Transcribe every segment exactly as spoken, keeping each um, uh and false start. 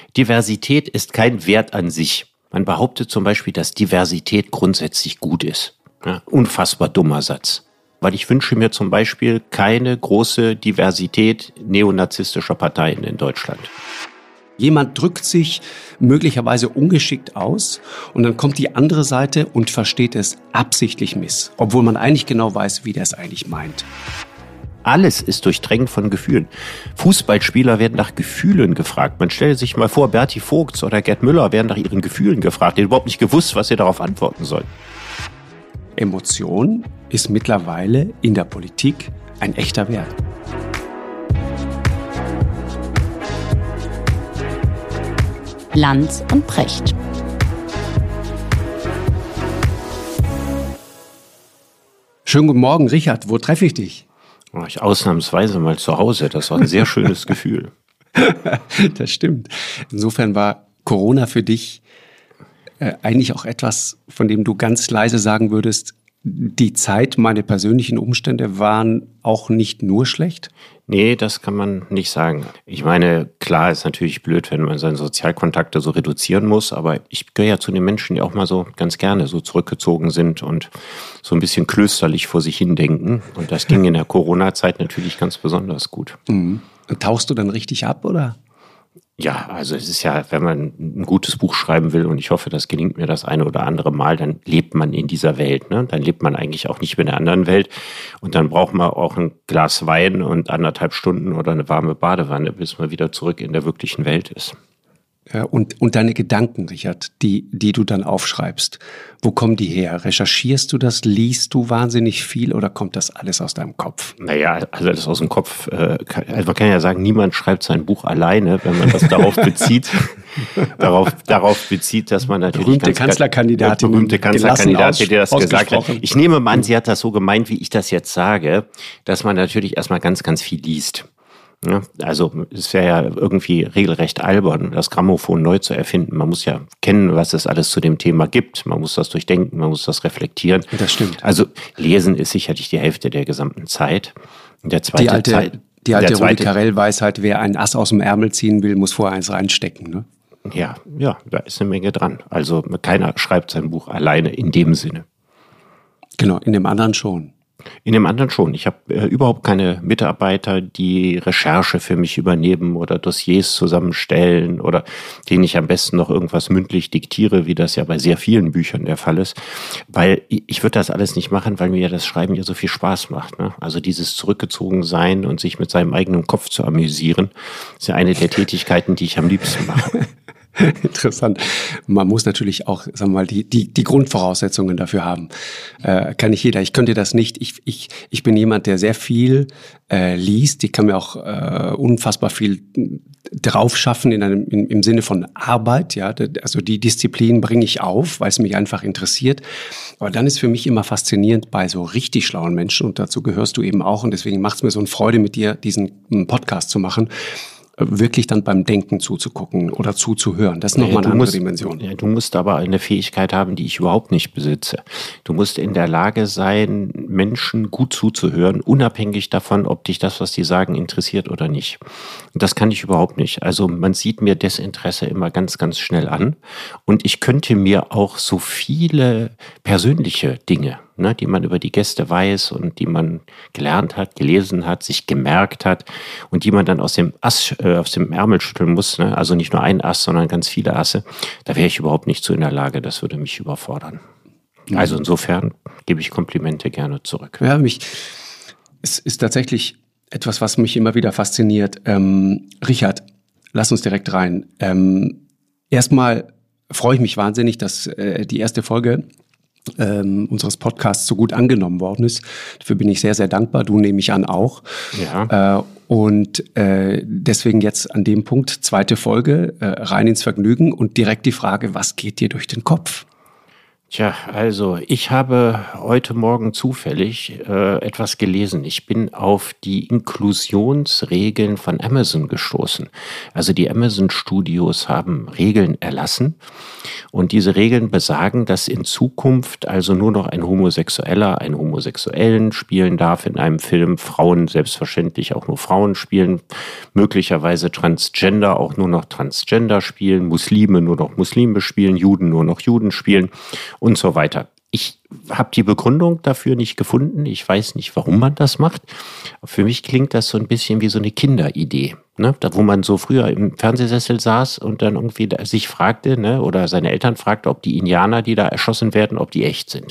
Diversität ist kein Wert an sich. Man behauptet zum Beispiel, dass Diversität grundsätzlich gut ist. Ja, unfassbar dummer Satz. Weil ich wünsche mir zum Beispiel keine große Diversität neonazistischer Parteien in Deutschland. Jemand drückt sich möglicherweise ungeschickt aus und dann kommt die andere Seite und versteht es absichtlich miss, obwohl man eigentlich genau weiß, wie der es eigentlich meint. Alles ist durchdrängt von Gefühlen. Fußballspieler werden nach Gefühlen gefragt. Man stelle sich mal vor, Berti Vogts oder Gerd Müller werden nach ihren Gefühlen gefragt. Die haben überhaupt nicht gewusst, was sie darauf antworten sollen. Emotion ist mittlerweile in der Politik ein echter Wert. Lanz und Precht. Schönen guten Morgen, Richard. Wo treffe ich dich? War ich ausnahmsweise mal zu Hause. Das war ein sehr schönes Gefühl. Das stimmt. Insofern war Corona für dich äh, eigentlich auch etwas, von dem du ganz leise sagen würdest, die Zeit, meine persönlichen Umstände waren auch nicht nur schlecht? Nee, das kann man nicht sagen. Ich meine, klar ist natürlich blöd, wenn man seine Sozialkontakte so reduzieren muss, aber ich gehöre ja zu den Menschen, die auch mal so ganz gerne so zurückgezogen sind und so ein bisschen klösterlich vor sich hin denken. Und das ging in der Corona-Zeit natürlich ganz besonders gut. Mhm. Und tauchst du dann richtig ab, oder? Ja, also es ist ja, wenn man ein gutes Buch schreiben will, und ich hoffe, das gelingt mir das eine oder andere Mal, dann lebt man in dieser Welt, ne? Dann lebt man eigentlich auch nicht mehr in der anderen Welt. Und dann braucht man auch ein Glas Wein und anderthalb Stunden oder eine warme Badewanne, bis man wieder zurück in der wirklichen Welt ist. Ja, und, und deine Gedanken, Richard, die, die du dann aufschreibst, wo kommen die her? Recherchierst du das? Liest du wahnsinnig viel oder kommt das alles aus deinem Kopf? Naja, also alles aus dem Kopf. Äh, kann, also man kann ja sagen, niemand schreibt sein Buch alleine, wenn man das darauf bezieht. darauf, darauf bezieht, dass man natürlich... Berühmte ganz, Kanzlerkandidatin. Berühmte Kanzlerkandidatin, die das gesagt hat. Ich nehme mal an, sie hat das so gemeint, wie ich das jetzt sage, dass man natürlich erstmal ganz, ganz viel liest. Ja, also es wäre ja irgendwie regelrecht albern, das Grammophon neu zu erfinden. Man muss ja kennen, was es alles zu dem Thema gibt. Man muss das durchdenken, man muss das reflektieren. Das stimmt. Also lesen ist sicherlich die Hälfte der gesamten Zeit. Der zweite die alte, Zeit, die alte der Rudi zweite, Carrell-Weisheit, wer ein Ass aus dem Ärmel ziehen will, muss vorher eins reinstecken, ne? Ja, ja, da ist eine Menge dran. Also keiner schreibt sein Buch alleine in dem Sinne. Genau, in dem anderen schon. In dem anderen schon. Ich habe äh, überhaupt keine Mitarbeiter, die Recherche für mich übernehmen oder Dossiers zusammenstellen oder denen ich am besten noch irgendwas mündlich diktiere, wie das ja bei sehr vielen Büchern der Fall ist. Weil ich würde das alles nicht machen, weil mir das Schreiben ja so viel Spaß macht, ne? Also dieses Zurückgezogensein und sich mit seinem eigenen Kopf zu amüsieren, ist ja eine der Tätigkeiten, die ich am liebsten mache. Interessant. Man muss natürlich auch, sagen wir mal, die, die, die Grundvoraussetzungen dafür haben. Äh, kann nicht jeder. Ich könnte das nicht. Ich, ich, ich bin jemand, der sehr viel äh, liest. Ich kann mir auch äh, unfassbar viel drauf schaffen in einem, in, im Sinne von Arbeit. Ja, also die Disziplin bringe ich auf, weil es mich einfach interessiert. Aber dann ist für mich immer faszinierend bei so richtig schlauen Menschen, und dazu gehörst du eben auch. Und deswegen macht es mir so eine Freude, mit dir diesen Podcast zu machen, wirklich dann beim Denken zuzugucken oder zuzuhören. Das ist nochmal eine andere Dimension. Ja, du musst aber eine Fähigkeit haben, die ich überhaupt nicht besitze. Du musst in der Lage sein, Menschen gut zuzuhören, unabhängig davon, ob dich das, was die sagen, interessiert oder nicht. Und das kann ich überhaupt nicht. Also man sieht mir Desinteresse immer ganz, ganz schnell an. Und ich könnte mir auch so viele persönliche Dinge, ne, die man über die Gäste weiß und die man gelernt hat, gelesen hat, sich gemerkt hat und die man dann aus dem Ass, äh, aus dem Ärmel schütteln muss, ne? Also nicht nur ein Ass, sondern ganz viele Asse. Da wäre ich überhaupt nicht so in der Lage, das würde mich überfordern. Mhm. Also insofern gebe ich Komplimente gerne zurück. Ja, mich, es ist tatsächlich etwas, was mich immer wieder fasziniert. Ähm, Richard, lass uns direkt rein. Ähm, erstmal freue ich mich wahnsinnig, dass äh, die erste Folge Ähm, unseres Podcasts so gut angenommen worden ist. Dafür bin ich sehr, sehr dankbar. Du, nehme ich an, auch. Ja. Äh, und äh, deswegen jetzt an dem Punkt, zweite Folge, äh, rein ins Vergnügen und direkt die Frage, was geht dir durch den Kopf? Tja, also ich habe heute Morgen zufällig äh, etwas gelesen. Ich bin auf die Inklusionsregeln von Amazon gestoßen. Also die Amazon Studios haben Regeln erlassen und diese Regeln besagen, dass in Zukunft also nur noch ein Homosexueller einen Homosexuellen spielen darf in einem Film, Frauen selbstverständlich auch nur Frauen spielen, möglicherweise Transgender auch nur noch Transgender spielen, Muslime nur noch Muslime spielen, Juden nur noch Juden spielen und so weiter. Ich habe die Begründung dafür nicht gefunden. Ich weiß nicht, warum man das macht. Für mich klingt das so ein bisschen wie so eine Kinderidee, ne? Da, wo man so früher im Fernsehsessel saß und dann irgendwie sich fragte, ne, oder seine Eltern fragte, ob die Indianer, die da erschossen werden, ob die echt sind.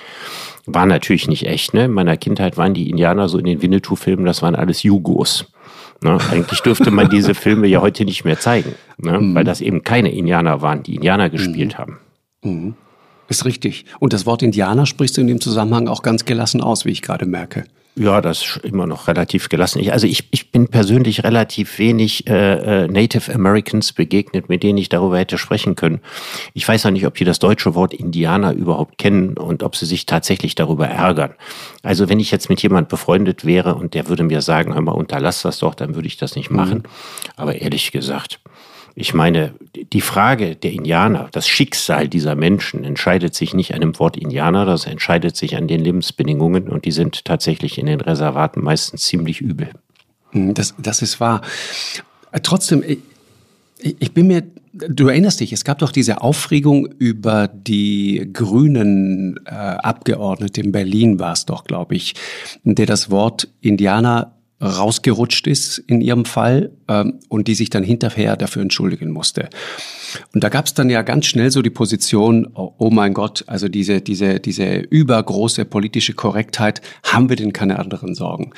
War natürlich nicht echt. Ne? In meiner Kindheit waren die Indianer so in den Winnetou-Filmen, das waren alles Jugos. Ne? Eigentlich dürfte man diese Filme ja heute nicht mehr zeigen, ne? Mhm. Weil das eben keine Indianer waren, die Indianer gespielt mhm. haben. Mhm. Ist richtig. Und das Wort Indianer sprichst du in dem Zusammenhang auch ganz gelassen aus, wie ich gerade merke. Ja, das ist immer noch relativ gelassen. Ich, also ich, ich bin persönlich relativ wenig äh, Native Americans begegnet, mit denen ich darüber hätte sprechen können. Ich weiß auch nicht, ob die das deutsche Wort Indianer überhaupt kennen und ob sie sich tatsächlich darüber ärgern. Also wenn ich jetzt mit jemand befreundet wäre und der würde mir sagen, hör mal, unterlass das doch, dann würde ich das nicht machen. Mhm. Aber ehrlich gesagt, ich meine, die Frage der Indianer, das Schicksal dieser Menschen entscheidet sich nicht an dem Wort Indianer, das entscheidet sich an den Lebensbedingungen und die sind tatsächlich in den Reservaten meistens ziemlich übel. Das, das ist wahr. Trotzdem, ich, ich bin mir, du erinnerst dich, es gab doch diese Aufregung über die grünen äh, Abgeordnete in Berlin war es doch, glaube ich, der das Wort Indianer rausgerutscht ist in ihrem Fall ähm, und die sich dann hinterher dafür entschuldigen musste. Und da gab es dann ja ganz schnell so die Position, oh, oh mein Gott, also diese, diese, diese übergroße politische Korrektheit, haben wir denn keine anderen Sorgen?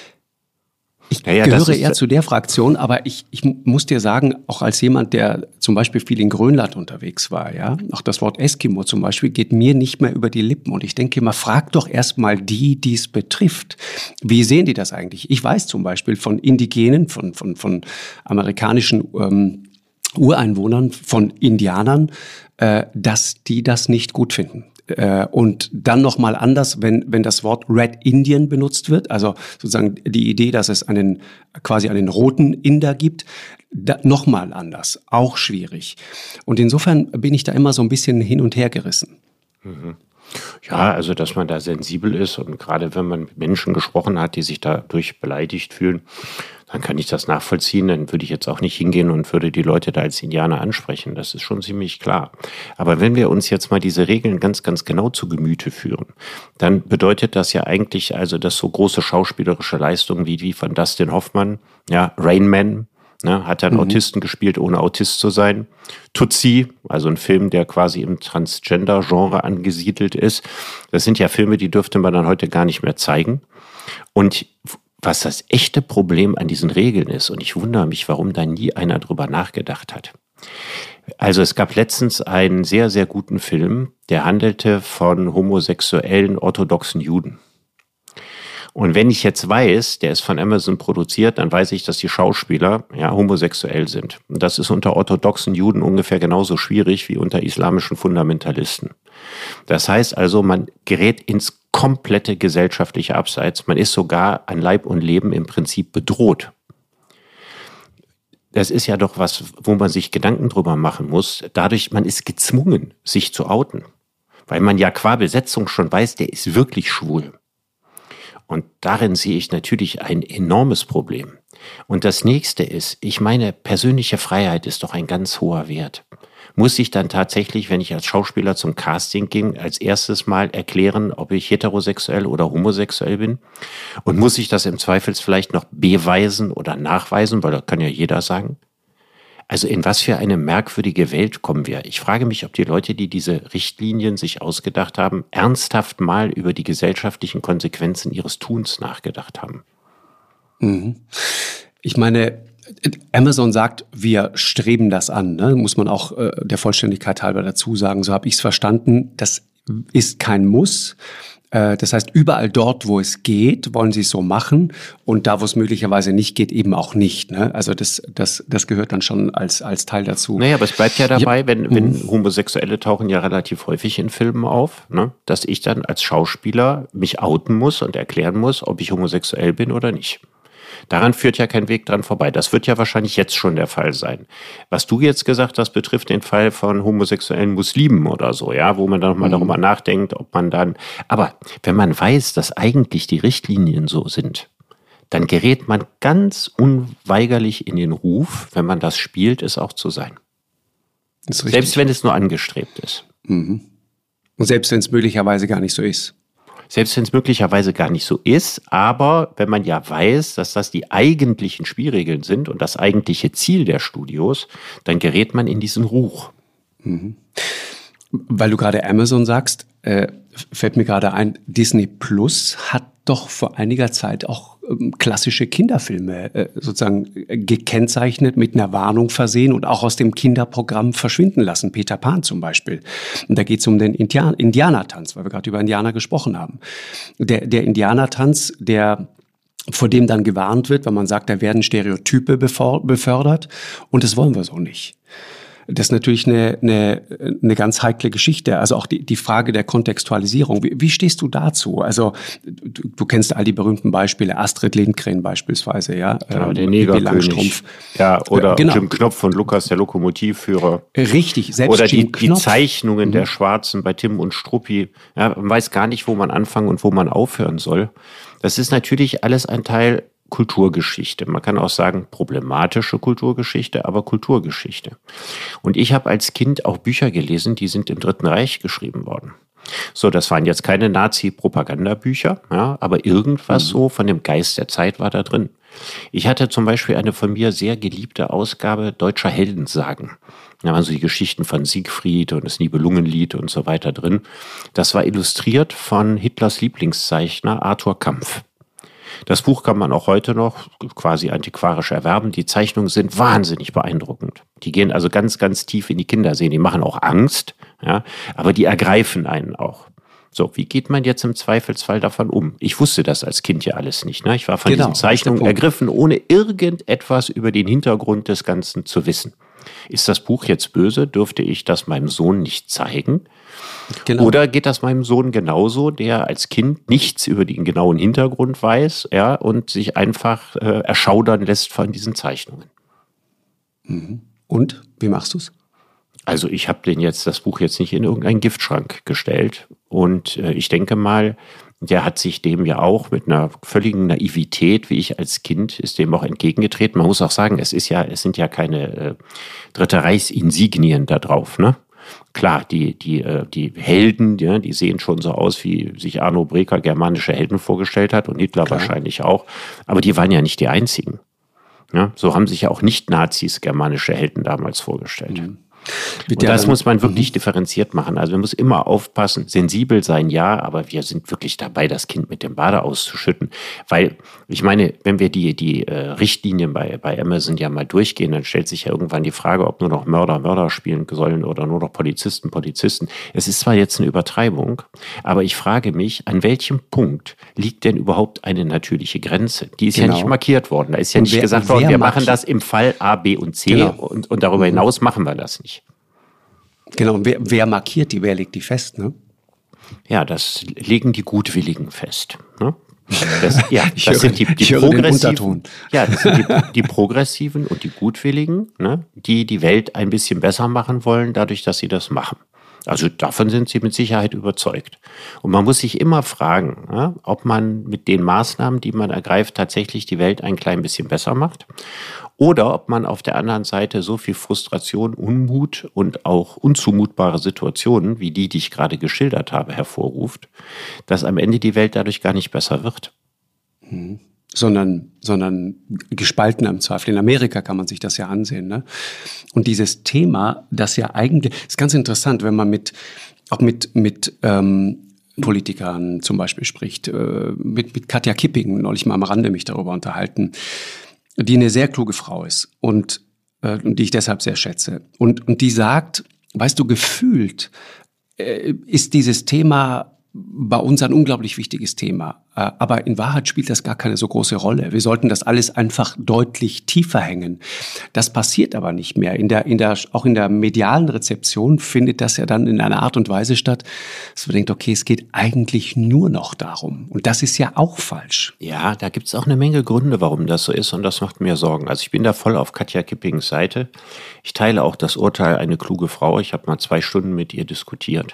Ich ja, ja, gehöre eher zu der Fraktion, aber ich, ich muss dir sagen, auch als jemand, der zum Beispiel viel in Grönland unterwegs war, ja, auch das Wort Eskimo zum Beispiel geht mir nicht mehr über die Lippen. Und ich denke immer, frag doch erstmal die, die es betrifft. Wie sehen die das eigentlich? Ich weiß zum Beispiel von Indigenen, von, von, von amerikanischen ähm, Ureinwohnern, von Indianern, äh, dass die das nicht gut finden. Und dann nochmal anders, wenn, wenn das Wort Red Indian benutzt wird, also sozusagen die Idee, dass es einen, quasi einen roten Inder gibt, nochmal anders, auch schwierig. Und insofern bin ich da immer so ein bisschen hin und her gerissen. Mhm. Ja, also dass man da sensibel ist und gerade wenn man mit Menschen gesprochen hat, die sich dadurch beleidigt fühlen, dann kann ich das nachvollziehen. Dann würde ich jetzt auch nicht hingehen und würde die Leute da als Indianer ansprechen. Das ist schon ziemlich klar. Aber wenn wir uns jetzt mal diese Regeln ganz, ganz genau zu Gemüte führen, dann bedeutet das ja eigentlich, also dass so große schauspielerische Leistungen wie die von Dustin Hoffmann, ja, Rain Man, ne, hat dann mhm. Autisten gespielt, ohne Autist zu sein. Tootsie, also ein Film, der quasi im Transgender-Genre angesiedelt ist. Das sind ja Filme, die dürfte man dann heute gar nicht mehr zeigen. Und was das echte Problem an diesen Regeln ist, und ich wundere mich, warum da nie einer drüber nachgedacht hat. Also es gab letztens einen sehr, sehr guten Film, der handelte von homosexuellen orthodoxen Juden. Und wenn ich jetzt weiß, der ist von Amazon produziert, dann weiß ich, dass die Schauspieler ja homosexuell sind. Und das ist unter orthodoxen Juden ungefähr genauso schwierig wie unter islamischen Fundamentalisten. Das heißt also, man gerät ins komplette gesellschaftliche Abseits. Man ist sogar an Leib und Leben im Prinzip bedroht. Das ist ja doch was, wo man sich Gedanken drüber machen muss. Dadurch, man ist gezwungen, sich zu outen. Weil man ja qua Besetzung schon weiß, der ist wirklich schwul. Und darin sehe ich natürlich ein enormes Problem. Und das nächste ist, ich meine, persönliche Freiheit ist doch ein ganz hoher Wert. Muss ich dann tatsächlich, wenn ich als Schauspieler zum Casting ging, als erstes Mal erklären, ob ich heterosexuell oder homosexuell bin? Und muss ich das im Zweifels vielleicht noch beweisen oder nachweisen, weil das kann ja jeder sagen? Also in was für eine merkwürdige Welt kommen wir? Ich frage mich, ob die Leute, die diese Richtlinien sich ausgedacht haben, ernsthaft mal über die gesellschaftlichen Konsequenzen ihres Tuns nachgedacht haben. Mhm. Ich meine, Amazon sagt, wir streben das an. Ne? Muss man auch äh, der Vollständigkeit halber dazu sagen. So habe ich es verstanden. Das ist kein Muss. Äh, das heißt, überall dort, wo es geht, wollen sie es so machen und da, wo es möglicherweise nicht geht, eben auch nicht. Ne? Also das, das, das gehört dann schon als, als Teil dazu. Naja, aber es bleibt ja dabei, ja. wenn, wenn Homosexuelle tauchen ja relativ häufig in Filmen auf, ne? Dass ich dann als Schauspieler mich outen muss und erklären muss, ob ich homosexuell bin oder nicht. Daran führt ja kein Weg dran vorbei. Das wird ja wahrscheinlich jetzt schon der Fall sein. Was du jetzt gesagt hast, betrifft den Fall von homosexuellen Muslimen oder so, ja, wo man dann nochmal mhm. darüber nachdenkt, ob man dann, aber wenn man weiß, dass eigentlich die Richtlinien so sind, dann gerät man ganz unweigerlich in den Ruf, wenn man das spielt, es auch zu sein. Selbst wenn es nur angestrebt ist. Mhm. Und selbst wenn es möglicherweise gar nicht so ist. Selbst wenn es möglicherweise gar nicht so ist, aber wenn man ja weiß, dass das die eigentlichen Spielregeln sind und das eigentliche Ziel der Studios, dann gerät man in diesen Ruch. Mhm. Weil du gerade Amazon sagst, äh, fällt mir gerade ein, Disney Plus hat doch vor einiger Zeit auch ähm, klassische Kinderfilme äh, sozusagen gekennzeichnet, mit einer Warnung versehen und auch aus dem Kinderprogramm verschwinden lassen. Peter Pan zum Beispiel. Und da geht es um den Indian- Indianertanz, weil wir gerade über Indianer gesprochen haben. Der, der Indianertanz, der vor dem dann gewarnt wird, weil man sagt, da werden Stereotype befördert und das wollen wir so nicht. Das ist natürlich eine, eine, eine ganz heikle Geschichte. Also auch die, die Frage der Kontextualisierung. Wie, wie stehst du dazu? Also du, du kennst all die berühmten Beispiele, Astrid Lindgren beispielsweise, ja. Ja, ähm, der Negerkönig. Ja, oder genau. Jim Knopf und Lukas, der Lokomotivführer. Richtig, selbst Oder Jim die, die Zeichnungen mhm. der Schwarzen bei Tim und Struppi. Ja, man weiß gar nicht, wo man anfangen und wo man aufhören soll. Das ist natürlich alles ein Teil Kulturgeschichte. Man kann auch sagen, problematische Kulturgeschichte, aber Kulturgeschichte. Und ich habe als Kind auch Bücher gelesen, die sind im Dritten Reich geschrieben worden. So, das waren jetzt keine Nazi-Propagandabücher, ja, aber irgendwas so von dem Geist der Zeit war da drin. Ich hatte zum Beispiel eine von mir sehr geliebte Ausgabe deutscher Heldensagen. Da waren so die Geschichten von Siegfried und das Nibelungenlied und so weiter drin. Das war illustriert von Hitlers Lieblingszeichner Arthur Kampf. Das Buch kann man auch heute noch quasi antiquarisch erwerben. Die Zeichnungen sind wahnsinnig beeindruckend. Die gehen also ganz, ganz tief in die Kinderseele. Die machen auch Angst, ja, aber die ergreifen einen auch. So, wie geht man jetzt im Zweifelsfall davon um? Ich wusste das als Kind ja alles nicht. Ne? Ich war von genau, diesen Zeichnungen ergriffen, ohne irgendetwas über den Hintergrund des Ganzen zu wissen. Ist das Buch jetzt böse? Dürfte ich das meinem Sohn nicht zeigen? Genau. Oder geht das meinem Sohn genauso, der als Kind nichts über den genauen Hintergrund weiß, ja, und sich einfach äh, erschaudern lässt von diesen Zeichnungen? Und wie machst du es? Also ich habe den jetzt das Buch jetzt nicht in irgendeinen Giftschrank gestellt und äh, ich denke mal, der hat sich dem ja auch mit einer völligen Naivität, wie ich als Kind, ist dem auch entgegengetreten. Man muss auch sagen, es ist ja, es sind ja keine äh, Dritte Reichsinsignien da drauf, ne? Klar, die, die, die Helden, ja, die sehen schon so aus, wie sich Arno Breker germanische Helden vorgestellt hat und Hitler Klar. wahrscheinlich auch. Aber die waren ja nicht die einzigen. Ja, so haben sich ja auch Nicht-Nazis germanische Helden damals vorgestellt. Mhm. Und das muss man wirklich differenziert machen. Also man muss immer aufpassen, sensibel sein, ja, aber wir sind wirklich dabei, das Kind mit dem Bade auszuschütten. Weil, ich meine, wenn wir die, die äh, Richtlinien bei, bei Amazon ja mal durchgehen, dann stellt sich ja irgendwann die Frage, ob nur noch Mörder Mörder spielen sollen oder nur noch Polizisten Polizisten. Es ist zwar jetzt eine Übertreibung, aber ich frage mich, an welchem Punkt liegt denn überhaupt eine natürliche Grenze? Die ist genau. ja nicht markiert worden. Da ist ja und nicht wer, gesagt worden, wir machen das im Fall A, B und C genau. und, und darüber hinaus machen wir das nicht. Genau, und wer, wer markiert die, wer legt die fest, ne? Ja, das legen die Gutwilligen fest. Ne? Das, ja, das höre, sind die, die Progressiven. Ja, das sind die, die Progressiven und die Gutwilligen, ne? Die die Welt ein bisschen besser machen wollen, dadurch, dass sie das machen. Also davon sind sie mit Sicherheit überzeugt. Und man muss sich immer fragen, ja, ob man mit den Maßnahmen, die man ergreift, tatsächlich die Welt ein klein bisschen besser macht. Oder ob man auf der anderen Seite so viel Frustration, Unmut und auch unzumutbare Situationen, wie die, die ich gerade geschildert habe, hervorruft, dass am Ende die Welt dadurch gar nicht besser wird. Mhm. Sondern, sondern gespalten im Zweifel. In Amerika kann man sich das ja ansehen, ne? Und dieses Thema, das ja eigentlich, ist ganz interessant, wenn man mit, auch mit, mit, ähm, Politikern zum Beispiel spricht, äh, mit, mit Katja Kipping, neulich mal am Rande mich darüber unterhalten, die eine sehr kluge Frau ist und, äh, und die ich deshalb sehr schätze. Und, und die sagt, weißt du, gefühlt äh, ist dieses Thema bei uns ein unglaublich wichtiges Thema. Aber in Wahrheit spielt das gar keine so große Rolle. Wir sollten das alles einfach deutlich tiefer hängen. Das passiert aber nicht mehr. In der, in der, auch in der medialen Rezeption findet das ja dann in einer Art und Weise statt, dass man denkt, okay, es geht eigentlich nur noch darum. Und das ist ja auch falsch. Ja, da gibt es auch eine Menge Gründe, warum das so ist. Und das macht mir Sorgen. Also ich bin da voll auf Katja Kippings Seite. Ich teile auch das Urteil, eine kluge Frau. Ich habe mal zwei Stunden mit ihr diskutiert.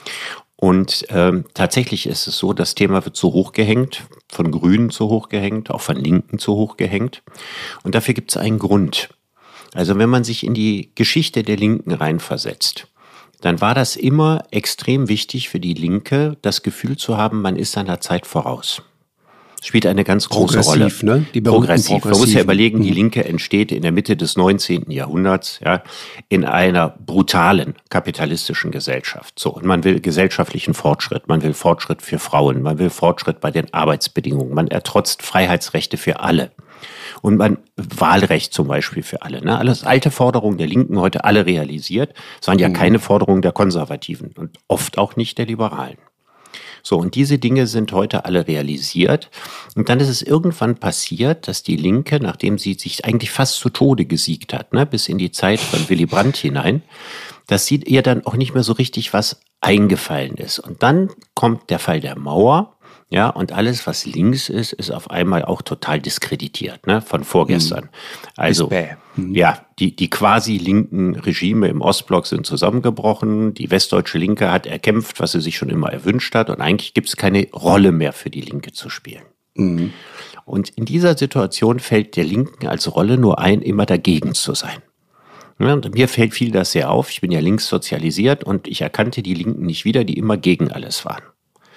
Und ähm, tatsächlich ist es so, das Thema wird zu hoch gehängt, von Grünen zu hoch gehängt, auch von Linken zu hoch gehängt. Und dafür gibt es einen Grund. Also wenn man sich in die Geschichte der Linken reinversetzt, dann war das immer extrem wichtig für die Linke, das Gefühl zu haben, man ist seiner Zeit voraus. Spielt eine ganz große Rolle. Ne? Die progressiv. Man muss ja überlegen, die Linke entsteht in der Mitte des neunzehnten Jahrhunderts, ja, in einer brutalen kapitalistischen Gesellschaft. So, und man will gesellschaftlichen Fortschritt, man will Fortschritt für Frauen, man will Fortschritt bei den Arbeitsbedingungen, man ertrotzt Freiheitsrechte für alle. Und man Wahlrecht zum Beispiel für alle. Ne? Alles alte Forderungen der Linken, heute alle realisiert. Es waren ja keine Forderungen der Konservativen und oft auch nicht der Liberalen. So, und diese Dinge sind heute alle realisiert. Und dann ist es irgendwann passiert, dass die Linke, nachdem sie sich eigentlich fast zu Tode gesiegt hat, ne, bis in die Zeit von Willy Brandt hinein, dass sie ihr dann auch nicht mehr so richtig was eingefallen ist. Und dann kommt der Fall der Mauer. Ja, und alles, was links ist, ist auf einmal auch total diskreditiert, ne, von vorgestern. Also, mhm. ja, die, die quasi linken Regime im Ostblock sind zusammengebrochen. Die westdeutsche Linke hat erkämpft, was sie sich schon immer erwünscht hat. Und eigentlich gibt es keine Rolle mehr für die Linke zu spielen. Mhm. Und in dieser Situation fällt der Linken als Rolle nur ein, immer dagegen zu sein. Ja, und mir fällt viel das sehr auf. Ich bin ja links sozialisiert und ich erkannte die Linken nicht wieder, die immer gegen alles waren.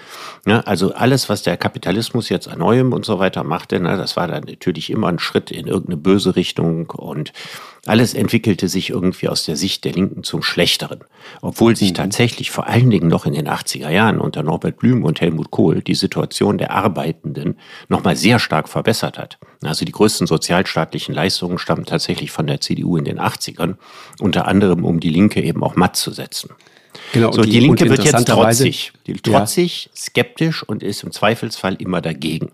Ja, also alles, was der Kapitalismus jetzt an Neuem und so weiter machte, ne, das war dann natürlich immer ein Schritt in irgendeine böse Richtung und alles entwickelte sich irgendwie aus der Sicht der Linken zum Schlechteren. Obwohl sich mhm. tatsächlich vor allen Dingen noch in den achtziger Jahren unter Norbert Blüm und Helmut Kohl die Situation der Arbeitenden nochmal sehr stark verbessert hat. Also die größten sozialstaatlichen Leistungen stammen tatsächlich von der C D U in den achtzigern, unter anderem um die Linke eben auch matt zu setzen. Genau, so, die, die Linke wird jetzt trotzig, die, trotzig, ja. skeptisch und ist im Zweifelsfall immer dagegen.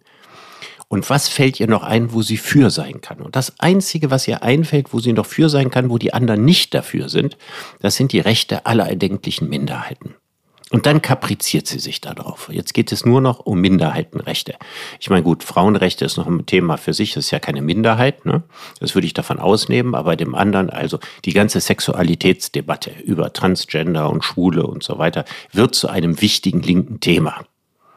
Und was fällt ihr noch ein, wo sie für sein kann? Und das Einzige, was ihr einfällt, wo sie noch für sein kann, wo die anderen nicht dafür sind, das sind die Rechte aller erdenklichen Minderheiten. Und dann kapriziert sie sich darauf. Jetzt geht es nur noch um Minderheitenrechte. Ich meine, gut, Frauenrechte ist noch ein Thema für sich, das ist ja keine Minderheit, ne? Das würde ich davon ausnehmen, aber bei dem anderen, also die ganze Sexualitätsdebatte über Transgender und Schwule und so weiter, wird zu einem wichtigen linken Thema.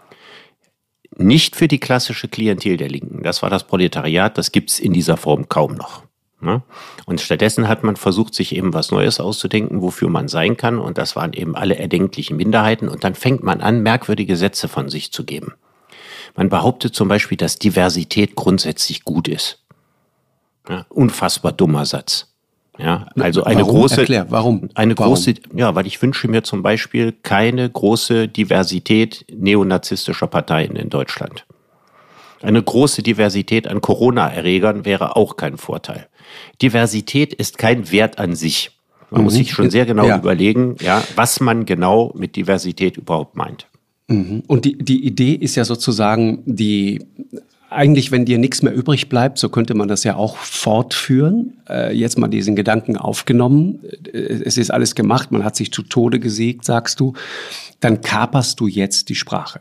Nicht für die klassische Klientel der Linken, das war das Proletariat, das gibt's in dieser Form kaum noch. Und stattdessen hat man versucht, sich eben was Neues auszudenken, wofür man sein kann. Und das waren eben alle erdenklichen Minderheiten. Und dann fängt man an, merkwürdige Sätze von sich zu geben. Man behauptet zum Beispiel, dass Diversität grundsätzlich gut ist. Ja, unfassbar dummer Satz. Ja, also eine warum? große, Erklär, warum? eine warum? große, ja, weil ich wünsche mir zum Beispiel keine große Diversität neonazistischer Parteien in Deutschland. Eine große Diversität an Corona-Erregern wäre auch kein Vorteil. Diversität ist kein Wert an sich. Man mhm. muss sich schon sehr genau ja. überlegen, ja, was man genau mit Diversität überhaupt meint. Mhm. Und die, die Idee ist ja sozusagen, die eigentlich, wenn dir nichts mehr übrig bleibt, so könnte man das ja auch fortführen. Äh, jetzt mal diesen Gedanken aufgenommen. Es ist alles gemacht, man hat sich zu Tode gesiegt, sagst du. Dann kaperst du jetzt die Sprache.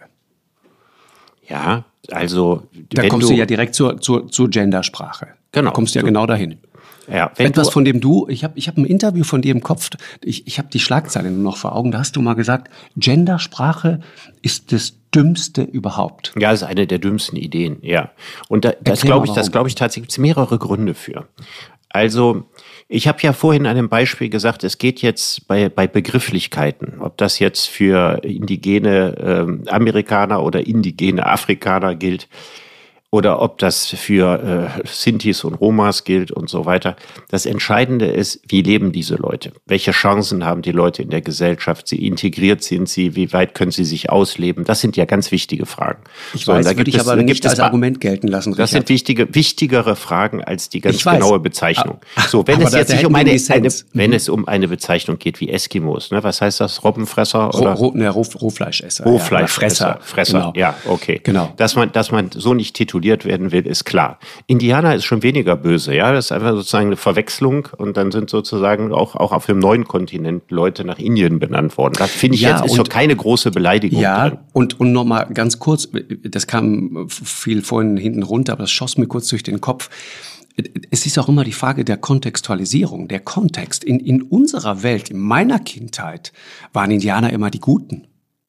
Ja, also da wenn kommst du du ja direkt zur, zur, zur Gendersprache. Genau. Da kommst du ja genau dahin. Ja, wenn Etwas, du, von dem du, ich habe ich hab ein Interview von dir im Kopf, ich, ich habe die Schlagzeile nur noch vor Augen, da hast du mal gesagt, Gendersprache ist das Dümmste überhaupt. Ja, das ist eine der dümmsten Ideen, ja. Und da, das glaube ich, das glaube ich tatsächlich, gibt es mehrere Gründe für. Also, ich habe ja vorhin an einem Beispiel gesagt, es geht jetzt bei, bei Begrifflichkeiten, ob das jetzt für indigene ähm, Amerikaner oder indigene Afrikaner gilt. oder ob das für äh, Sintis und Romas gilt und so weiter. Das Entscheidende ist, wie leben diese Leute? Welche Chancen haben die Leute in der Gesellschaft? Sie integriert sind sie? Wie weit können sie sich ausleben? Das sind ja ganz wichtige Fragen. Ich so, weiß, da würde ich es, aber nicht als Argument gelten lassen, Richard. Das sind wichtige, wichtigere Fragen als die ganz ich genaue weiß. Bezeichnung. Ach, so, wenn es jetzt nicht um eine, eine, wenn mhm. es um eine Bezeichnung geht wie Eskimos, ne? Was heißt das? Robbenfresser? Roh, oder? Roh, ne, Roh, Rohfleischesser. Rohfleischfresser. Ja, Fresser. Genau. Ja, okay. Genau. Dass man, dass man so nicht tituliert werden will, ist klar. Indianer ist schon weniger böse, ja. Das ist einfach sozusagen eine Verwechslung und dann sind sozusagen auch, auch auf dem neuen Kontinent Leute nach Indien benannt worden. Das finde ich ja, jetzt ist schon keine große Beleidigung ja, drin. und, und nochmal ganz kurz, das kam viel vorhin hinten runter, aber das schoss mir kurz durch den Kopf. Es ist auch immer die Frage der Kontextualisierung, der Kontext. In, in unserer Welt, in meiner Kindheit, waren Indianer immer die Guten.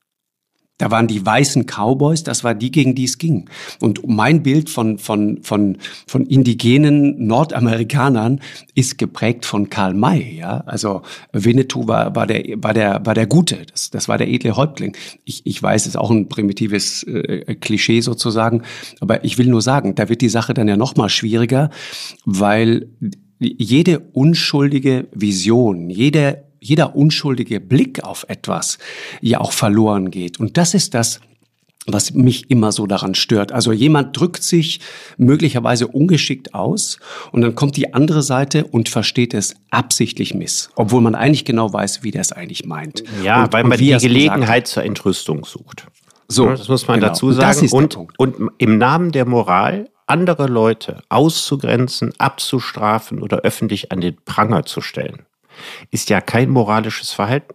Da waren die weißen Cowboys, das war die, gegen die es ging. Und mein Bild von, von, von, von indigenen Nordamerikanern ist geprägt von Karl May, ja. Also Winnetou war, war der, war der, war der Gute. Das, das war der edle Häuptling. Ich, ich weiß, es ist auch ein primitives äh, Klischee sozusagen. Aber ich will nur sagen, da wird die Sache dann ja noch mal schwieriger, weil jede unschuldige Vision, jede jeder unschuldige Blick auf etwas ja auch verloren geht. Und das ist das, was mich immer so daran stört. Also jemand drückt sich möglicherweise ungeschickt aus und dann kommt die andere Seite und versteht es absichtlich miss, obwohl man eigentlich genau weiß, wie der es eigentlich meint. Ja, und, weil und man die Gelegenheit zur Entrüstung sucht. So, das muss man genau. dazu sagen. Und, und, und im Namen der Moral andere Leute auszugrenzen, abzustrafen oder öffentlich an den Pranger zu stellen, ist ja kein moralisches Verhalten.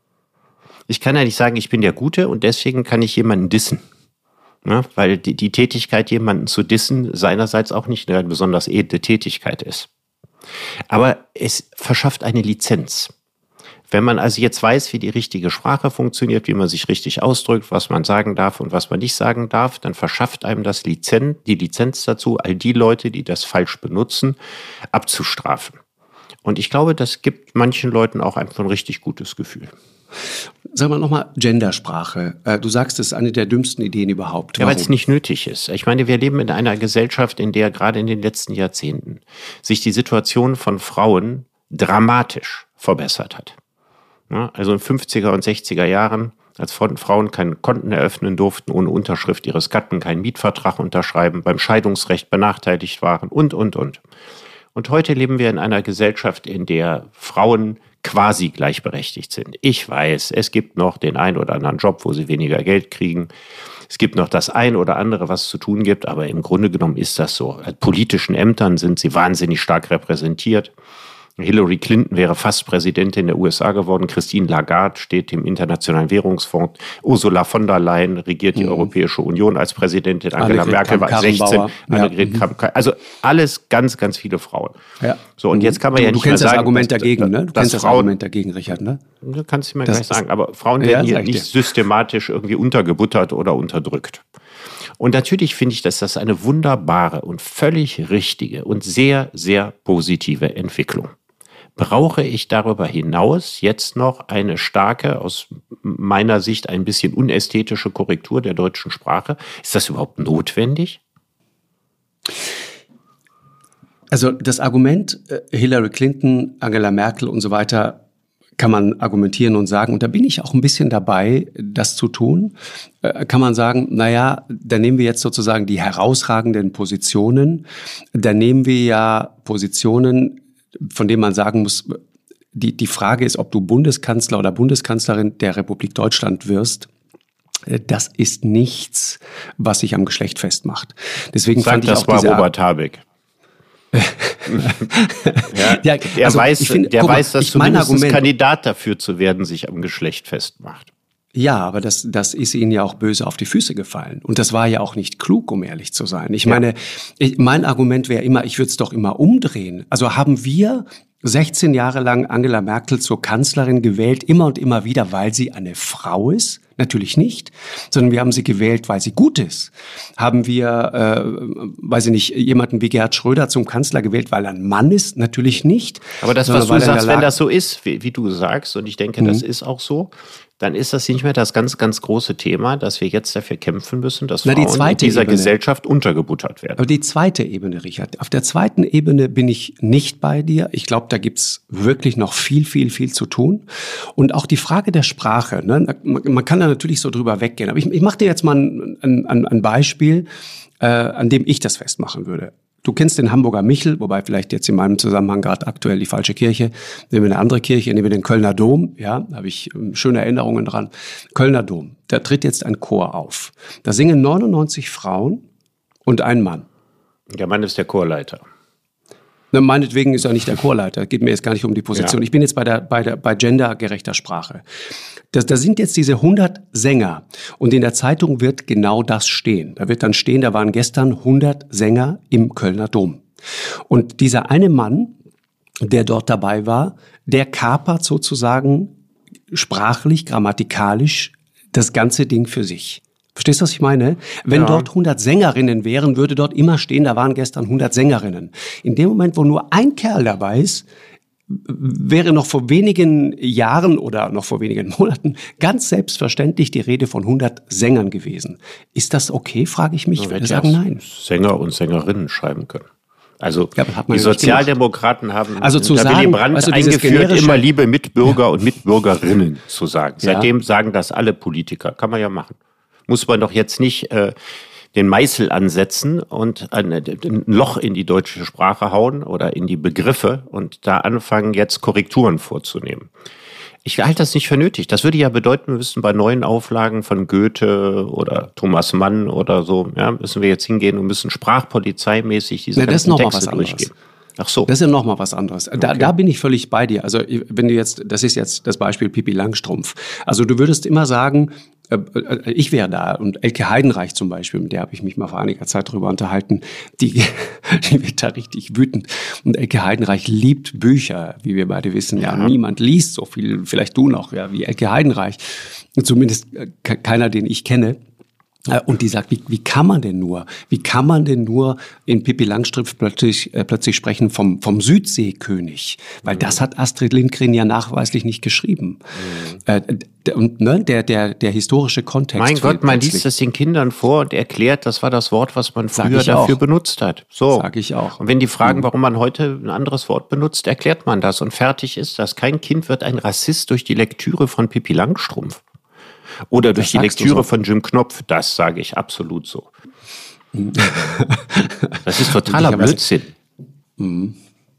Ich kann ja nicht sagen, ich bin der Gute und deswegen kann ich jemanden dissen. Ja, weil die, die Tätigkeit, jemanden zu dissen, seinerseits auch nicht eine besonders edle Tätigkeit ist. Aber es verschafft eine Lizenz. Wenn man also jetzt weiß, wie die richtige Sprache funktioniert, wie man sich richtig ausdrückt, was man sagen darf und was man nicht sagen darf, dann verschafft einem das Lizenz, die Lizenz dazu, all die Leute, die das falsch benutzen, abzustrafen. Und ich glaube, das gibt manchen Leuten auch einfach ein richtig gutes Gefühl. Sag mal nochmal Gendersprache. Du sagst, das ist eine der dümmsten Ideen überhaupt. Warum? Ja, weil es nicht nötig ist. Ich meine, wir leben in einer Gesellschaft, in der gerade in den letzten Jahrzehnten sich die Situation von Frauen dramatisch verbessert hat. Ja, also in fünfziger und sechziger Jahren, als Frauen keine Konten eröffnen durften, ohne Unterschrift ihres Gatten keinen Mietvertrag unterschreiben, beim Scheidungsrecht benachteiligt waren und, und, und. Und heute leben wir in einer Gesellschaft, in der Frauen quasi gleichberechtigt sind. Ich weiß, es gibt noch den einen oder anderen Job, wo sie weniger Geld kriegen. Es gibt noch das ein oder andere, was es zu tun gibt, aber im Grunde genommen ist das so. Als politischen Ämtern sind sie wahnsinnig stark repräsentiert. Hillary Clinton wäre fast Präsidentin der U S A geworden. Christine Lagarde steht im Internationalen Währungsfonds. Ursula von der Leyen regiert die mhm. Europäische Union als Präsidentin. Angela Annegret Merkel war sechzehn. Annegret ja. Kramp- also alles ganz, ganz viele Frauen. Ja. So, und jetzt kann man du, ja nicht du kennst mehr sagen, das Argument dass, dagegen, ne? Du kennst das Frauen, Argument dagegen, Richard, ne? Du kannst du mir das gleich sagen. Aber Frauen ja, werden hier nicht dir. systematisch irgendwie untergebuttert oder unterdrückt. Und natürlich finde ich, dass das eine wunderbare und völlig richtige und sehr, sehr positive Entwicklung. Brauche ich darüber hinaus jetzt noch eine starke, aus meiner Sicht ein bisschen unästhetische Korrektur der deutschen Sprache? Ist das überhaupt notwendig? Also das Argument Hillary Clinton, Angela Merkel und so weiter kann man argumentieren und sagen, und da bin ich auch ein bisschen dabei, das zu tun, kann man sagen, naja, da nehmen wir jetzt sozusagen die herausragenden Positionen, da nehmen wir ja Positionen, von dem man sagen muss, die, die Frage ist, ob du Bundeskanzler oder Bundeskanzlerin der Republik Deutschland wirst. Das ist nichts, was sich am Geschlecht festmacht. Deswegen Sag, fand ich das auch war diese Robert Habeck. ja, ja, der also weiß, ich find, der guck mal, weiß, dass ich mein zumindest Argument, Kandidat dafür zu werden sich am Geschlecht festmacht. Ja, aber das, das ist ihnen ja auch böse auf die Füße gefallen. Und das war ja auch nicht klug, um ehrlich zu sein. Ich ja. meine, ich, mein Argument wäre immer, ich würde es doch immer umdrehen. Also haben wir sechzehn Jahre lang Angela Merkel zur Kanzlerin gewählt, immer und immer wieder, weil sie eine Frau ist? Natürlich nicht, sondern wir haben sie gewählt, weil sie gut ist. Haben wir, äh, weiß ich nicht, jemanden wie Gerhard Schröder zum Kanzler gewählt, weil er ein Mann ist? Natürlich nicht. Aber das, was du sagst, wenn das so ist, wie, wie du sagst, und ich denke, mhm. das ist auch so, dann ist das nicht mehr das ganz, ganz große Thema, dass wir jetzt dafür kämpfen müssen, dass Na, die Frauen in dieser Ebene. Gesellschaft untergebuttert werden. Aber die zweite Ebene, Richard, auf der zweiten Ebene bin ich nicht bei dir. Ich glaube, da gibt's wirklich noch viel, viel, viel zu tun. Und auch die Frage der Sprache, ne? Man kann da natürlich so drüber weggehen. Aber ich, ich mache dir jetzt mal ein, ein, ein Beispiel, äh, an dem ich das festmachen würde. Du kennst den Hamburger Michel, wobei vielleicht jetzt in meinem Zusammenhang gerade aktuell die falsche Kirche. Nehmen wir eine andere Kirche, nehmen wir den Kölner Dom. Ja, da habe ich schöne Erinnerungen dran. Kölner Dom, da tritt jetzt ein Chor auf. Da singen neunundneunzig Frauen und ein Mann. Der Mann ist der Chorleiter. Na, meinetwegen ist er nicht der Chorleiter. Geht mir jetzt gar nicht um die Position. Ja. Ich bin jetzt bei der, bei der, bei gendergerechter Sprache. Das, da sind jetzt diese hundert Sänger. Und in der Zeitung wird genau das stehen. Da wird dann stehen, da waren gestern hundert Sänger im Kölner Dom. Und dieser eine Mann, der dort dabei war, der kapert sozusagen sprachlich, grammatikalisch das ganze Ding für sich. Verstehst du, was ich meine? Wenn Ja. dort hundert Sängerinnen wären, würde dort immer stehen, da waren gestern hundert Sängerinnen. In dem Moment, wo nur ein Kerl dabei ist, wäre noch vor wenigen Jahren oder noch vor wenigen Monaten ganz selbstverständlich die Rede von hundert Sängern gewesen. Ist das okay, frage ich mich. Ich würde sagen, nein. Sänger und Sängerinnen schreiben können. Also Ja, aber hat man die ja nicht Sozialdemokraten haben Also zu unter sagen, Willy Brandt weißt du, dieses eingeführt, generische- immer liebe Mitbürger und Mitbürgerinnen zu sagen. Ja. Seitdem sagen das alle Politiker. Kann man ja machen. Muss man doch jetzt nicht äh, den Meißel ansetzen und ein, ein Loch in die deutsche Sprache hauen oder in die Begriffe und da anfangen, jetzt Korrekturen vorzunehmen. Ich halte das nicht für nötig. Das würde ja bedeuten, wir müssten bei neuen Auflagen von Goethe oder Thomas Mann oder so, ja, müssen wir jetzt hingehen und müssen sprachpolizeimäßig diese Na, das ist ganzen noch mal Texte was anderes. durchgehen. Ach so. Das ist ja noch mal was anderes. Da, Okay. da bin ich völlig bei dir. Also wenn du jetzt, das ist jetzt das Beispiel Pippi Langstrumpf. Also du würdest immer sagen, äh, äh, ich wäre da und Elke Heidenreich zum Beispiel, mit der habe ich mich mal vor einiger Zeit drüber unterhalten, die, die wird da richtig wütend. Und Elke Heidenreich liebt Bücher, wie wir beide wissen. Ja, Ja. niemand liest so viel, vielleicht du noch, ja, wie Elke Heidenreich. Zumindest äh, ke- keiner, den ich kenne. Und die sagt, wie, wie kann man denn nur, wie kann man denn nur in Pippi Langstrumpf plötzlich, äh, plötzlich sprechen vom, vom Südseekönig? Weil mhm. das hat Astrid Lindgren ja nachweislich nicht geschrieben. Mhm. Äh, d- und ne, der, der, der historische Kontext. Mein Gott, man plötzlich. liest das den Kindern vor und erklärt, das war das Wort, was man Sag früher ich dafür auch. benutzt hat. So. Sag ich auch. Und wenn die fragen, warum man heute ein anderes Wort benutzt, erklärt man das und fertig ist das. Kein Kind wird ein Rassist durch die Lektüre von Pippi Langstrumpf. Oder durch Das die sagst du Lektüre so. von Jim Knopf, das sage ich absolut so. Das ist totaler Möglicherweise- Blödsinn.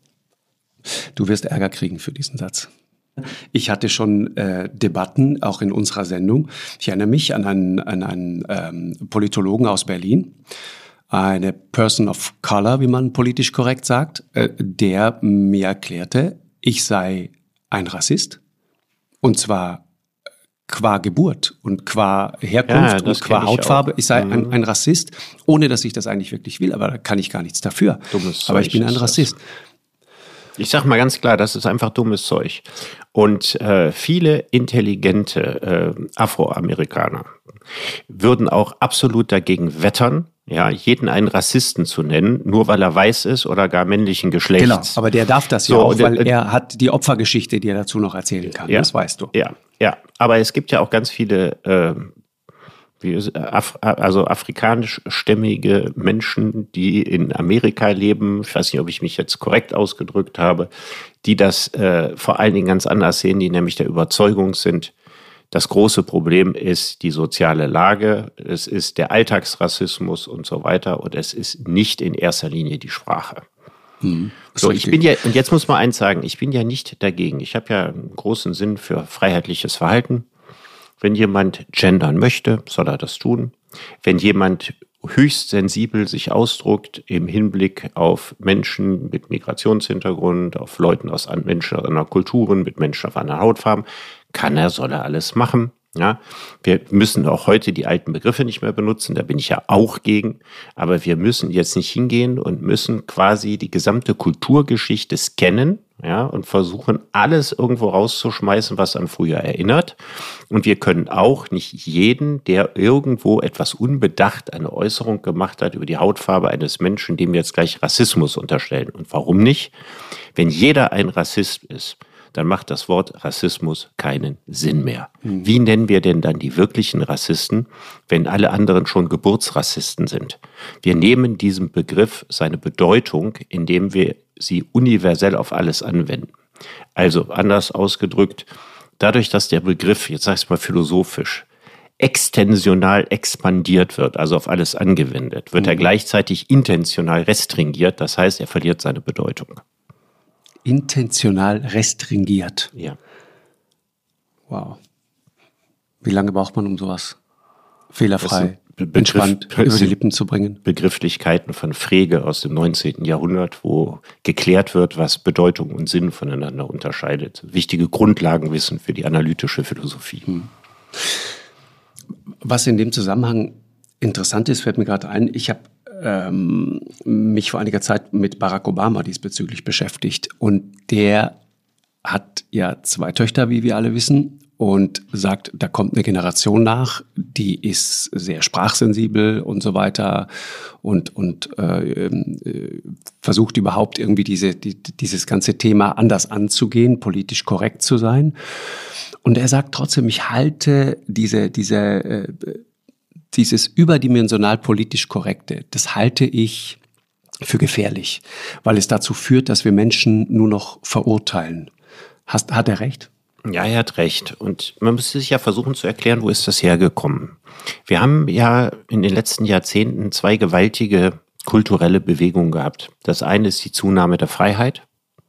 Du wirst Ärger kriegen für diesen Satz. Ich hatte schon äh, Debatten, auch in unserer Sendung. Ich erinnere mich an einen, an einen ähm, Politologen aus Berlin, eine Person of Color, wie man politisch korrekt sagt, äh, der mir erklärte, ich sei ein Rassist. Und zwar qua Geburt und qua Herkunft Ja, das und qua kenn ich Hautfarbe. auch. Ich sei Mhm. ein, ein Rassist, ohne dass ich das eigentlich wirklich will, aber da kann ich gar nichts dafür. Dummes aber ich Zeug bin ein ist das. Rassist. Ich sag mal ganz klar, das ist einfach dummes Zeug. Und äh, viele intelligente äh, Afroamerikaner würden auch absolut dagegen wettern, ja, jeden einen Rassisten zu nennen, nur weil er weiß ist oder gar männlichen Geschlechts. Genau, aber der darf das ja So, auch, und, weil äh, er hat die Opfergeschichte, die er dazu noch erzählen kann. Ja. Das weißt du. Ja, ja. Aber es gibt ja auch ganz viele äh, wie ist, Af also afrikanischstämmige Menschen, die in Amerika leben. Ich weiß nicht, ob ich mich jetzt korrekt ausgedrückt habe, die das äh, vor allen Dingen ganz anders sehen, die nämlich der Überzeugung sind, das große Problem ist die soziale Lage, es ist der Alltagsrassismus und so weiter und es ist nicht in erster Linie die Sprache. Hm, So, ich bin ja, und jetzt muss man eins sagen, ich bin ja nicht dagegen. Ich habe ja einen großen Sinn für freiheitliches Verhalten. Wenn jemand gendern möchte, soll er das tun. Wenn jemand höchst sensibel sich ausdrückt im Hinblick auf Menschen mit Migrationshintergrund, auf Leuten aus an- Menschen aus anderen Kulturen, mit Menschen auf anderen Hautfarben, kann er, soll er alles machen. Ja, wir müssen auch heute die alten Begriffe nicht mehr benutzen, da bin ich ja auch gegen. Aber wir müssen jetzt nicht hingehen und müssen quasi die gesamte Kulturgeschichte scannen, ja, und versuchen, alles irgendwo rauszuschmeißen, was an früher erinnert. Und wir können auch nicht jeden, der irgendwo etwas unbedacht eine Äußerung gemacht hat über die Hautfarbe eines Menschen, dem wir jetzt gleich Rassismus unterstellen. Und warum nicht? Wenn jeder ein Rassist ist, dann macht das Wort Rassismus keinen Sinn mehr. Mhm. Wie nennen wir denn dann die wirklichen Rassisten, wenn alle anderen schon Geburtsrassisten sind? Wir nehmen diesem Begriff seine Bedeutung, indem wir sie universell auf alles anwenden. Also anders ausgedrückt, dadurch, dass der Begriff, jetzt sage ich es mal philosophisch, extensional expandiert wird, also auf alles angewendet, wird mhm. er gleichzeitig intentional restringiert, das heißt, er verliert seine Bedeutung. Intentional restringiert? Ja. Wow. Wie lange braucht man, um sowas fehlerfrei, Begriff, entspannt über die Lippen zu bringen? Begrifflichkeiten von Frege aus dem neunzehnten Jahrhundert, wo geklärt wird, was Bedeutung und Sinn voneinander unterscheidet. Wichtige Grundlagenwissen für die analytische Philosophie. Hm. Was in dem Zusammenhang interessant ist, fällt mir gerade ein, ich habe ähm, mich vor einiger Zeit mit Barack Obama diesbezüglich beschäftigt und der hat ja zwei Töchter, wie wir alle wissen, und sagt, da kommt eine Generation nach, die ist sehr sprachsensibel und so weiter und, und äh, äh, versucht überhaupt irgendwie diese, die, dieses ganze Thema anders anzugehen, politisch korrekt zu sein. Und er sagt trotzdem, ich halte diese, diese, äh, dieses überdimensional politisch Korrekte, das halte ich für gefährlich, weil es dazu führt, dass wir Menschen nur noch verurteilen. Hast, hat er recht? Ja, er hat recht. Und man müsste sich ja versuchen zu erklären, wo ist das hergekommen? Wir haben ja in den letzten Jahrzehnten zwei gewaltige kulturelle Bewegungen gehabt. Das eine ist die Zunahme der Freiheit.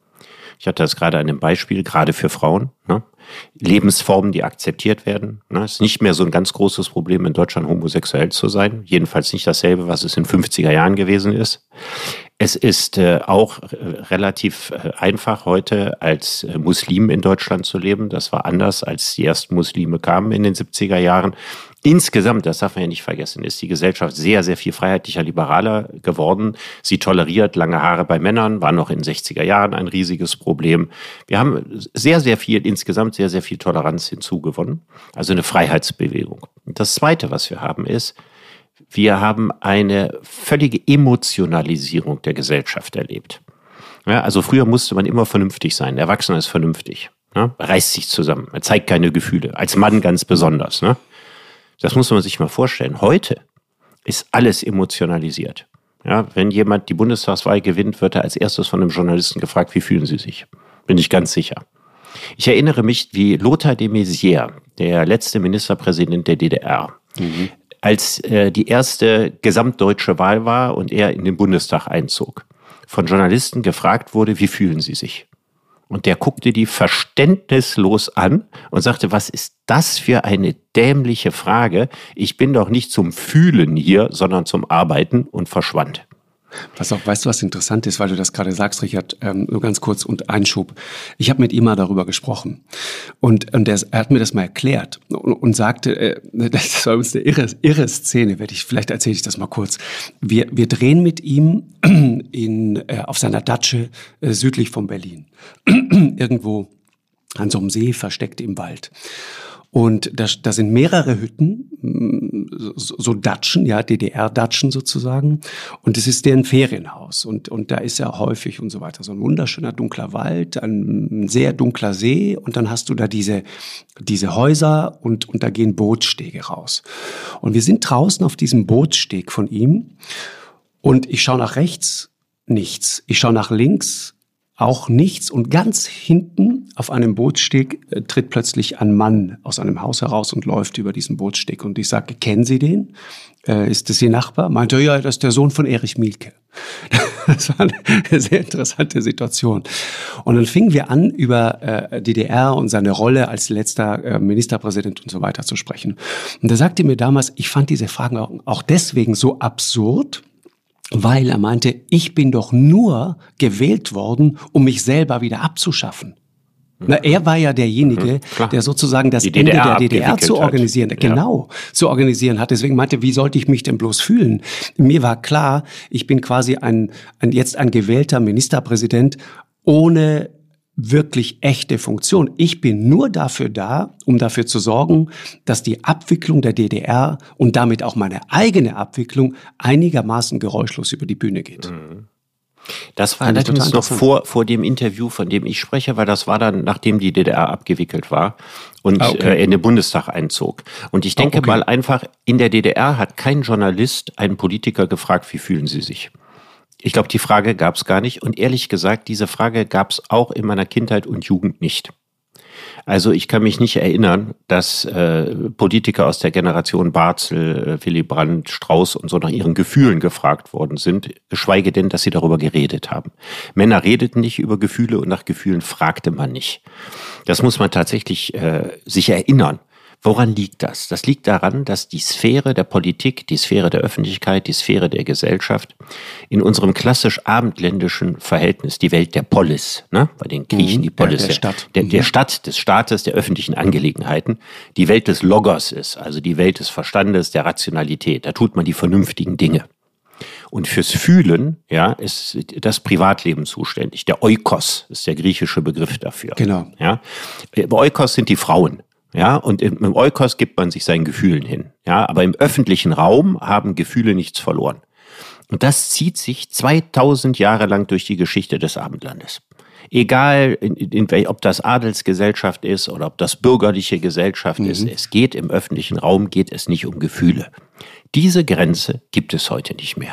Ich hatte das gerade an einem Beispiel, gerade für Frauen. Ne? Lebensformen, die akzeptiert werden. Ne? Es ist nicht mehr so ein ganz großes Problem, in Deutschland homosexuell zu sein. Jedenfalls nicht dasselbe, was es in fünfziger Jahren gewesen ist. Es ist äh, auch äh, relativ äh, einfach heute als äh, Muslim in Deutschland zu leben. Das war anders, als die ersten Muslime kamen in den siebziger Jahren. Insgesamt, das darf man ja nicht vergessen, ist die Gesellschaft sehr, sehr viel freiheitlicher, liberaler geworden. Sie toleriert lange Haare bei Männern, war noch in den sechziger Jahren ein riesiges Problem. Wir haben sehr, sehr viel, insgesamt sehr, sehr viel Toleranz hinzugewonnen. Also eine Freiheitsbewegung. Und das Zweite, was wir haben, ist, wir haben eine völlige Emotionalisierung der Gesellschaft erlebt. Ja, also früher musste man immer vernünftig sein. Der Erwachsene ist vernünftig. Ne? Er reißt sich zusammen. Er zeigt keine Gefühle. Als Mann ganz besonders. Ne? Das muss man sich mal vorstellen. Heute ist alles emotionalisiert. Ja, wenn jemand die Bundestagswahl gewinnt, wird er als erstes von einem Journalisten gefragt, wie fühlen Sie sich? Bin ich ganz sicher. Ich erinnere mich, wie Lothar de Maizière, der letzte Ministerpräsident der D D R, mhm. als äh, die erste gesamtdeutsche Wahl war und er in den Bundestag einzog, von Journalisten gefragt wurde, wie fühlen Sie sich? Und der guckte die verständnislos an und sagte, was ist das für eine dämliche Frage? Ich bin doch nicht zum Fühlen hier, sondern zum Arbeiten, und verschwand. Pass auf, weißt du, was interessant ist, weil du das gerade sagst, Richard, ähm, nur ganz kurz und Einschub. Ich habe mit ihm mal darüber gesprochen und, und der, er hat mir das mal erklärt und, und sagte, äh, das war uns eine irre, irre Szene, werde ich, vielleicht erzähle ich das mal kurz. Wir, wir drehen mit ihm in, äh, auf seiner Datsche äh, südlich von Berlin, irgendwo an so einem See, versteckt im Wald. Und da, da sind mehrere Hütten, so, so Datschen, ja, D D R-Datschen sozusagen. Und es ist deren Ferienhaus. Und, und da ist er häufig und so weiter. So ein wunderschöner dunkler Wald, ein sehr dunkler See. Und dann hast du da diese, diese Häuser und, und da gehen Bootsstege raus. Und wir sind draußen auf diesem Bootssteg von ihm. Und ich schaue nach rechts, nichts. Ich schaue nach links, auch nichts. Und ganz hinten auf einem Bootssteg äh, tritt plötzlich ein Mann aus einem Haus heraus und läuft über diesen Bootssteg. Und ich sage, kennen Sie den? Äh, ist das Ihr Nachbar? Meinte er, ja, das ist der Sohn von Erich Mielke. Das war eine sehr interessante Situation. Und dann fingen wir an, über äh, D D R und seine Rolle als letzter äh, Ministerpräsident und so weiter zu sprechen. Und er sagte mir damals, ich fand diese Fragen auch, auch deswegen so absurd, weil er meinte, ich bin doch nur gewählt worden, um mich selber wieder abzuschaffen. Mhm. Na, er war ja derjenige, mhm, der sozusagen das Ende der D D R zu organisieren, hat. genau, ja. zu organisieren hat. Deswegen meinte, wie sollte ich mich denn bloß fühlen? Mir war klar, ich bin quasi ein, ein jetzt ein gewählter Ministerpräsident ohne wirklich echte Funktion. Ich bin nur dafür da, um dafür zu sorgen, dass die Abwicklung der D D R und damit auch meine eigene Abwicklung einigermaßen geräuschlos über die Bühne geht. Das war allerdings noch vor, vor dem Interview, von dem ich spreche, weil das war dann, nachdem die D D R abgewickelt war und ah, okay. äh, in den Bundestag einzog. Und ich denke oh, okay. mal einfach, in der D D R hat kein Journalist einen Politiker gefragt, wie fühlen Sie sich? Ich glaube, die Frage gab es gar nicht. Und ehrlich gesagt, diese Frage gab es auch in meiner Kindheit und Jugend nicht. Also ich kann mich nicht erinnern, dass äh, Politiker aus der Generation Barzel, äh, Willy Brandt, Strauß und so nach ihren Gefühlen gefragt worden sind, geschweige denn, dass sie darüber geredet haben. Männer redeten nicht über Gefühle und nach Gefühlen fragte man nicht. Das muss man tatsächlich äh, sich erinnern. Woran liegt das? Das liegt daran, dass die Sphäre der Politik, die Sphäre der Öffentlichkeit, die Sphäre der Gesellschaft in unserem klassisch abendländischen Verhältnis, die Welt der Polis, ne? Bei den Griechen die Polis, der, der, Stadt. Der, der Stadt, des Staates, der öffentlichen Angelegenheiten, die Welt des Logos ist, also die Welt des Verstandes, der Rationalität. Da tut man die vernünftigen Dinge. Und fürs Fühlen, ja, ist das Privatleben zuständig. Der Oikos ist der griechische Begriff dafür. Genau. Ja, Oikos sind die Frauen. Ja, und im, im Oikos gibt man sich seinen Gefühlen hin. Ja, aber im öffentlichen Raum haben Gefühle nichts verloren. Und das zieht sich zweitausend Jahre lang durch die Geschichte des Abendlandes. Egal, in, in, in, ob das Adelsgesellschaft ist oder ob das bürgerliche Gesellschaft mhm. ist, es geht im öffentlichen Raum, geht es nicht um Gefühle. Diese Grenze gibt es heute nicht mehr.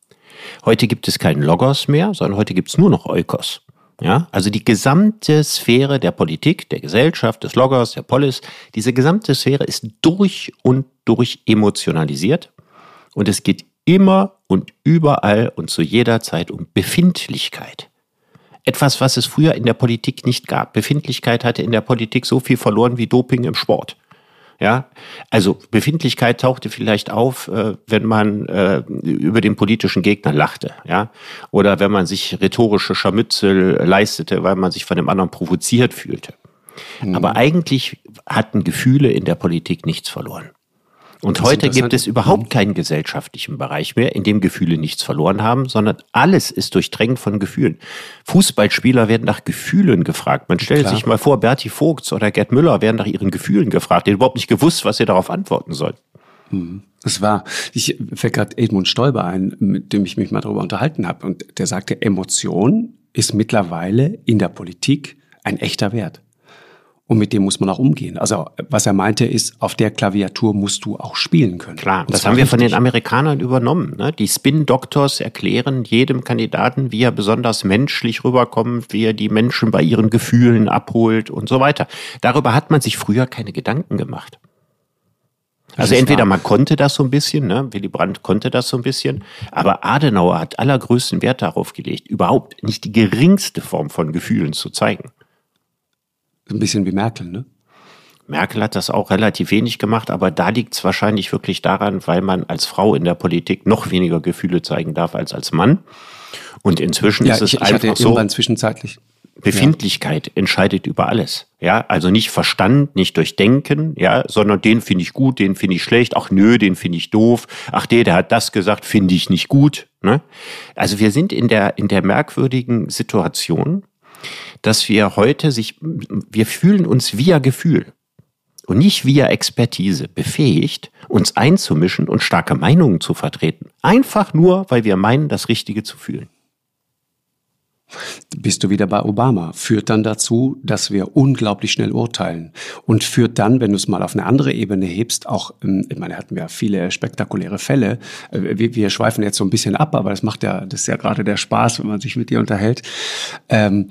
Heute gibt es keinen Logos mehr, sondern heute gibt es nur noch Oikos. Ja, also die gesamte Sphäre der Politik, der Gesellschaft, des Logos, der Polis, diese gesamte Sphäre ist durch und durch emotionalisiert und es geht immer und überall und zu jeder Zeit um Befindlichkeit. Etwas, was es früher in der Politik nicht gab. Befindlichkeit hatte in der Politik so viel verloren wie Doping im Sport. Ja, also Befindlichkeit tauchte vielleicht auf, äh, wenn man äh, über den politischen Gegner lachte, ja, oder wenn man sich rhetorische Scharmützel leistete, weil man sich von dem anderen provoziert fühlte. Mhm. Aber eigentlich hatten Gefühle in der Politik nichts verloren. Und heute gibt es überhaupt keinen gesellschaftlichen Bereich mehr, in dem Gefühle nichts verloren haben, sondern alles ist durchdrängt von Gefühlen. Fußballspieler werden nach Gefühlen gefragt. Man stellt Klar. sich mal vor, Berti Vogts oder Gerd Müller werden nach ihren Gefühlen gefragt. Die haben überhaupt nicht gewusst, was sie darauf antworten sollen. Das war, ich fällt gerade Edmund Stoiber ein, mit dem ich mich mal darüber unterhalten habe. Und der sagte, Emotion ist mittlerweile in der Politik ein echter Wert. Und mit dem muss man auch umgehen. Also was er meinte ist, auf der Klaviatur musst du auch spielen können. Klar, das haben wir von den Amerikanern übernommen. Ne? Die Spin-Doctors erklären jedem Kandidaten, wie er besonders menschlich rüberkommt, wie er die Menschen bei ihren Gefühlen abholt und so weiter. Darüber hat man sich früher keine Gedanken gemacht. Also entweder man konnte das so ein bisschen, ne? Willy Brandt konnte das so ein bisschen, aber Adenauer hat allergrößten Wert darauf gelegt, überhaupt nicht die geringste Form von Gefühlen zu zeigen. Ein bisschen wie Merkel, ne? Merkel hat das auch relativ wenig gemacht, aber da liegt es wahrscheinlich wirklich daran, weil man als Frau in der Politik noch weniger Gefühle zeigen darf als als Mann. Und inzwischen ja, ist es ich, ich einfach hatte so, zwischenzeitlich. Befindlichkeit ja. entscheidet über alles. Ja, also nicht Verstand, nicht durch Denken, ja, sondern den finde ich gut, den finde ich schlecht, ach nö, den finde ich doof, ach der, der hat das gesagt, finde ich nicht gut. Ne? Also wir sind in der, in der merkwürdigen Situation, dass wir heute sich, wir fühlen uns via Gefühl und nicht via Expertise befähigt, uns einzumischen und starke Meinungen zu vertreten. Einfach nur, weil wir meinen, das Richtige zu fühlen. Bist du wieder bei Obama. Führt dann dazu, dass wir unglaublich schnell urteilen. Und führt dann, wenn du es mal auf eine andere Ebene hebst, auch, ich meine, hatten wir viele spektakuläre Fälle. Wir, wir schweifen jetzt so ein bisschen ab, aber das macht ja, das ist ja gerade der Spaß, wenn man sich mit dir unterhält. Ähm,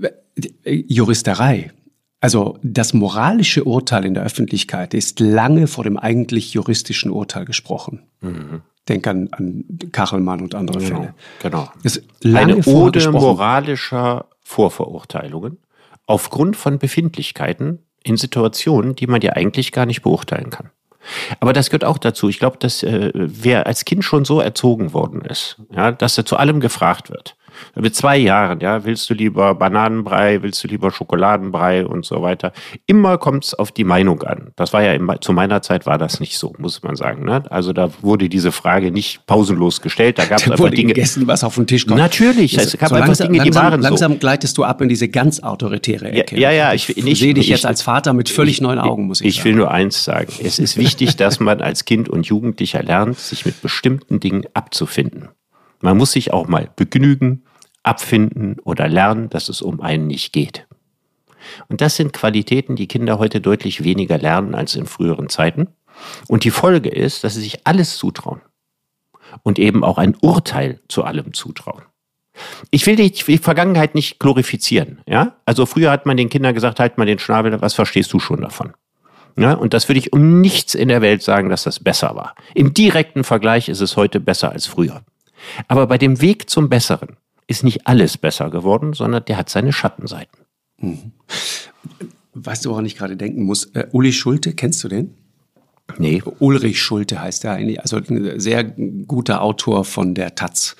Juristerei. Also das moralische Urteil in der Öffentlichkeit ist lange vor dem eigentlich juristischen Urteil gesprochen. Mhm. Denk an, an Kachelmann und andere genau, Fälle. Genau. Eine Ode moralischer Vorverurteilungen aufgrund von Befindlichkeiten in Situationen, die man ja eigentlich gar nicht beurteilen kann. Aber das gehört auch dazu. Ich glaube, dass äh, wer als Kind schon so erzogen worden ist, ja, dass er zu allem gefragt wird. Mit zwei Jahren, ja, willst du lieber Bananenbrei, willst du lieber Schokoladenbrei und so weiter. Immer kommt es auf die Meinung an. Das war ja im, zu meiner Zeit war das nicht so, muss man sagen. Ne? Also da wurde diese Frage nicht pausenlos gestellt. Da gab es einfach Dinge. Gegessen, was auf den Tisch kommt. Natürlich, es gab so einfach langsam, Dinge, die langsam, waren so. Langsam gleitest du ab in diese ganz autoritäre Ecke. Ja, ja, ja ich, ich, ich sehe dich ich, jetzt als Vater mit völlig ich, neuen Augen, muss ich, ich sagen. Ich will nur eins sagen. Es ist wichtig, dass man als Kind und Jugendlicher lernt, sich mit bestimmten Dingen abzufinden. Man muss sich auch mal begnügen, abfinden oder lernen, dass es um einen nicht geht. Und das sind Qualitäten, die Kinder heute deutlich weniger lernen als in früheren Zeiten. Und die Folge ist, dass sie sich alles zutrauen und eben auch ein Urteil zu allem zutrauen. Ich will die, die Vergangenheit nicht glorifizieren. Ja? Also früher hat man den Kindern gesagt, halt mal den Schnabel, was verstehst du schon davon? Ja? Und das würde ich um nichts in der Welt sagen, dass das besser war. Im direkten Vergleich ist es heute besser als früher. Aber bei dem Weg zum Besseren ist nicht alles besser geworden, sondern der hat seine Schattenseiten. Mhm. Weißt du, woran ich gerade denken muss? Uh, Uli Schulte, kennst du den? Nee. Ulrich Schulte heißt er eigentlich, also ein sehr guter Autor von der Taz.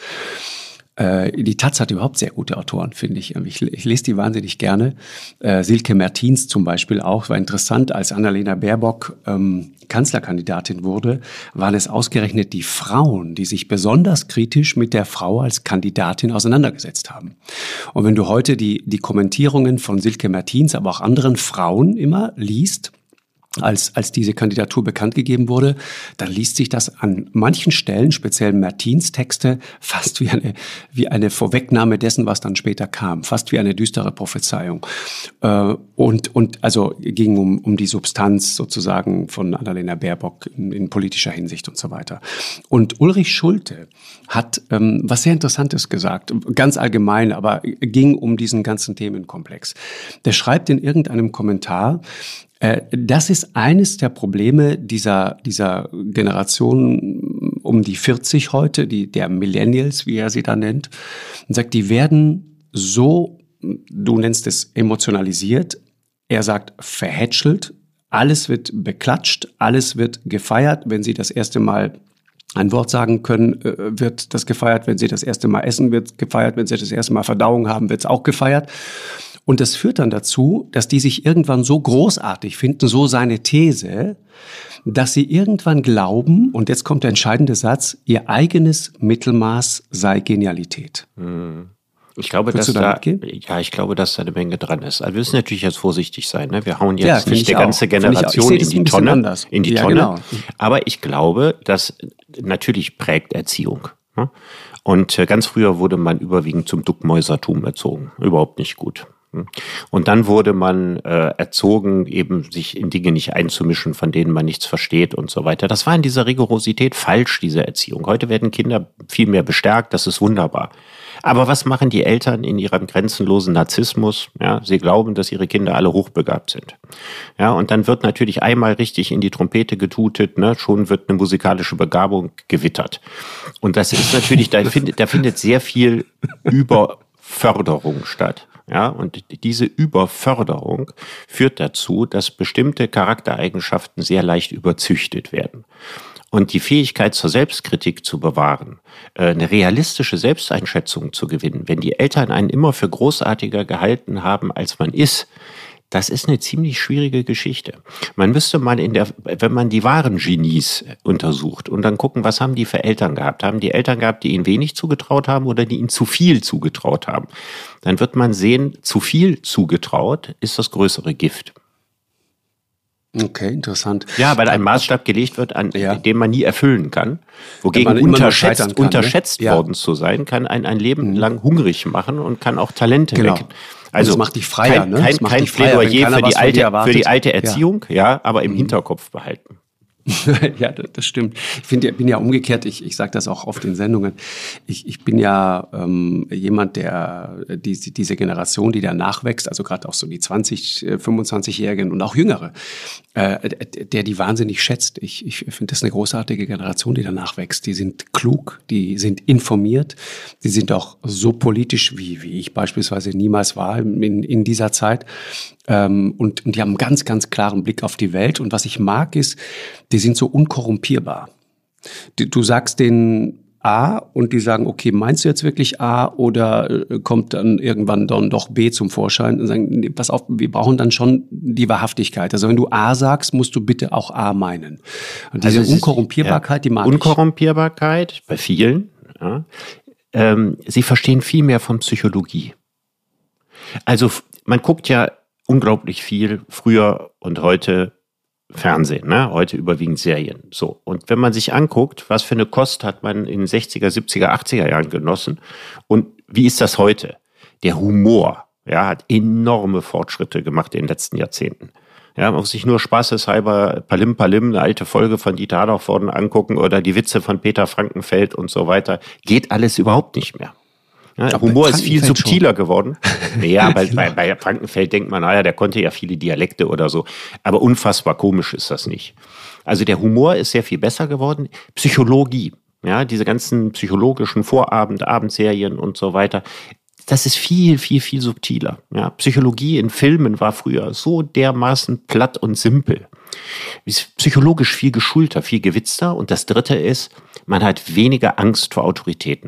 Uh, die Taz hat überhaupt sehr gute Autoren, finde ich. ich. Ich lese die wahnsinnig gerne. Uh, Silke Mertins zum Beispiel auch, war interessant, als Annalena Baerbock ähm, Kanzlerkandidatin wurde, waren es ausgerechnet die Frauen, die sich besonders kritisch mit der Frau als Kandidatin auseinandergesetzt haben. Und wenn du heute die, die Kommentierungen von Silke Mertins, aber auch anderen Frauen immer liest, als, als diese Kandidatur bekannt gegeben wurde, dann liest sich das an manchen Stellen, speziell Mertins Texte, fast wie eine, wie eine Vorwegnahme dessen, was dann später kam, fast wie eine düstere Prophezeiung. Äh, und, und also ging um, um die Substanz sozusagen von Annalena Baerbock in, in politischer Hinsicht und so weiter. Und Ulrich Schulte hat ähm, was sehr Interessantes gesagt, ganz allgemein, aber ging um diesen ganzen Themenkomplex. Der schreibt in irgendeinem Kommentar, das ist eines der Probleme dieser, dieser Generation um die vierzig heute, die, der Millennials, wie er sie da nennt. Und sagt, die werden so, du nennst es emotionalisiert, er sagt verhätschelt, alles wird beklatscht, alles wird gefeiert, wenn sie das erste Mal ein Wort sagen können, wird das gefeiert, wenn sie das erste Mal essen, wird gefeiert, wenn sie das erste Mal Verdauung haben, wird es auch gefeiert. Und das führt dann dazu, dass die sich irgendwann so großartig finden, so seine These, dass sie irgendwann glauben, und jetzt kommt der entscheidende Satz, ihr eigenes Mittelmaß sei Genialität. Ich glaube, dass da, ja, ich glaube, dass da eine Menge dran ist. Also wir müssen natürlich jetzt vorsichtig sein. Ne? Wir hauen jetzt ja, nicht die ganze Generation in die Tonne, in die ja, Tonne. Genau. Aber ich glaube, dass natürlich prägt Erziehung. Ne? Und ganz früher wurde man überwiegend zum Duckmäusertum erzogen. Überhaupt nicht gut. Und dann wurde man äh, erzogen, eben sich in Dinge nicht einzumischen, von denen man nichts versteht und so weiter. Das war in dieser Rigorosität falsch, diese Erziehung. Heute werden Kinder viel mehr bestärkt, das ist wunderbar. Aber was machen die Eltern in ihrem grenzenlosen Narzissmus? Ja, sie glauben, dass ihre Kinder alle hochbegabt sind. Ja, und dann wird natürlich einmal richtig in die Trompete getutet, ne? Schon wird eine musikalische Begabung gewittert. Und das ist natürlich, da findet, da findet sehr viel Überförderung statt. Ja, und diese Überförderung führt dazu, dass bestimmte Charaktereigenschaften sehr leicht überzüchtet werden. Und die Fähigkeit zur Selbstkritik zu bewahren, eine realistische Selbsteinschätzung zu gewinnen, wenn die Eltern einen immer für großartiger gehalten haben, als man ist, das ist eine ziemlich schwierige Geschichte. Man müsste mal in der, wenn man die wahren Genies untersucht und dann gucken, was haben die für Eltern gehabt? Haben die Eltern gehabt, die ihnen wenig zugetraut haben oder die ihnen zu viel zugetraut haben? Dann wird man sehen, zu viel zugetraut ist das größere Gift. Okay, interessant. Ja, weil ein Maßstab gelegt wird, an ja. den man nie erfüllen kann. Wogegen unterschätzt, kann, unterschätzt ne? worden ja. zu sein, kann ein, ein Leben mhm. lang hungrig machen und kann auch Talente genau. wecken. Also das macht dich freier, kein, ne? kein, macht kein dich freier, Plädoyer für die, alte, für die alte Erziehung, ja, ja aber im mhm. Hinterkopf behalten. Ja, das stimmt. Ich finde, bin ja umgekehrt, ich, ich sage das auch oft in Sendungen, ich, ich bin ja ähm, jemand, der die, diese Generation, die da nachwächst, also gerade auch so die zwanzig-, fünfundzwanzigjährigen und auch Jüngere, äh, der die wahnsinnig schätzt. Ich, ich finde das eine großartige Generation, die da nachwächst. Die sind klug, die sind informiert, die sind auch so politisch, wie, wie ich beispielsweise niemals war in, in dieser Zeit. Ähm, und, und die haben einen ganz, ganz klaren Blick auf die Welt. Und was ich mag, ist, die sind so unkorrumpierbar. Du, du sagst denen A und die sagen, okay, meinst du jetzt wirklich A oder äh, kommt dann irgendwann dann doch B zum Vorschein und sagen, nee, pass auf, wir brauchen dann schon die Wahrhaftigkeit. Also wenn du A sagst, musst du bitte auch A meinen. Und diese also Unkorrumpierbarkeit, ist, ja, die mag Unkorrumpierbarkeit ich. bei vielen. Ja. Ähm, sie verstehen viel mehr von Psychologie. Also man guckt ja unglaublich viel früher und heute Fernsehen, ne? Heute überwiegend Serien. So. Und wenn man sich anguckt, was für eine Kost hat man in den sechziger, siebziger, achtziger Jahren genossen und wie ist das heute? Der Humor, ja, hat enorme Fortschritte gemacht in den letzten Jahrzehnten. Ja, man muss sich nur spaßeshalber Palim Palim, eine alte Folge von Dieter Adolfsson angucken oder die Witze von Peter Frankenfeld und so weiter. Geht alles überhaupt nicht mehr. Ja, Humor ist viel subtiler schon geworden. Ja, bei, bei, bei Frankenfeld denkt man, naja, der konnte ja viele Dialekte oder so. Aber unfassbar komisch ist das nicht. Also der Humor ist sehr viel besser geworden. Psychologie, ja, diese ganzen psychologischen Vorabend-, Abendserien und so weiter. Das ist viel, viel, viel subtiler. Ja, Psychologie in Filmen war früher so dermaßen platt und simpel. Ist psychologisch viel geschulter, viel gewitzter. Und das Dritte ist, man hat weniger Angst vor Autoritäten.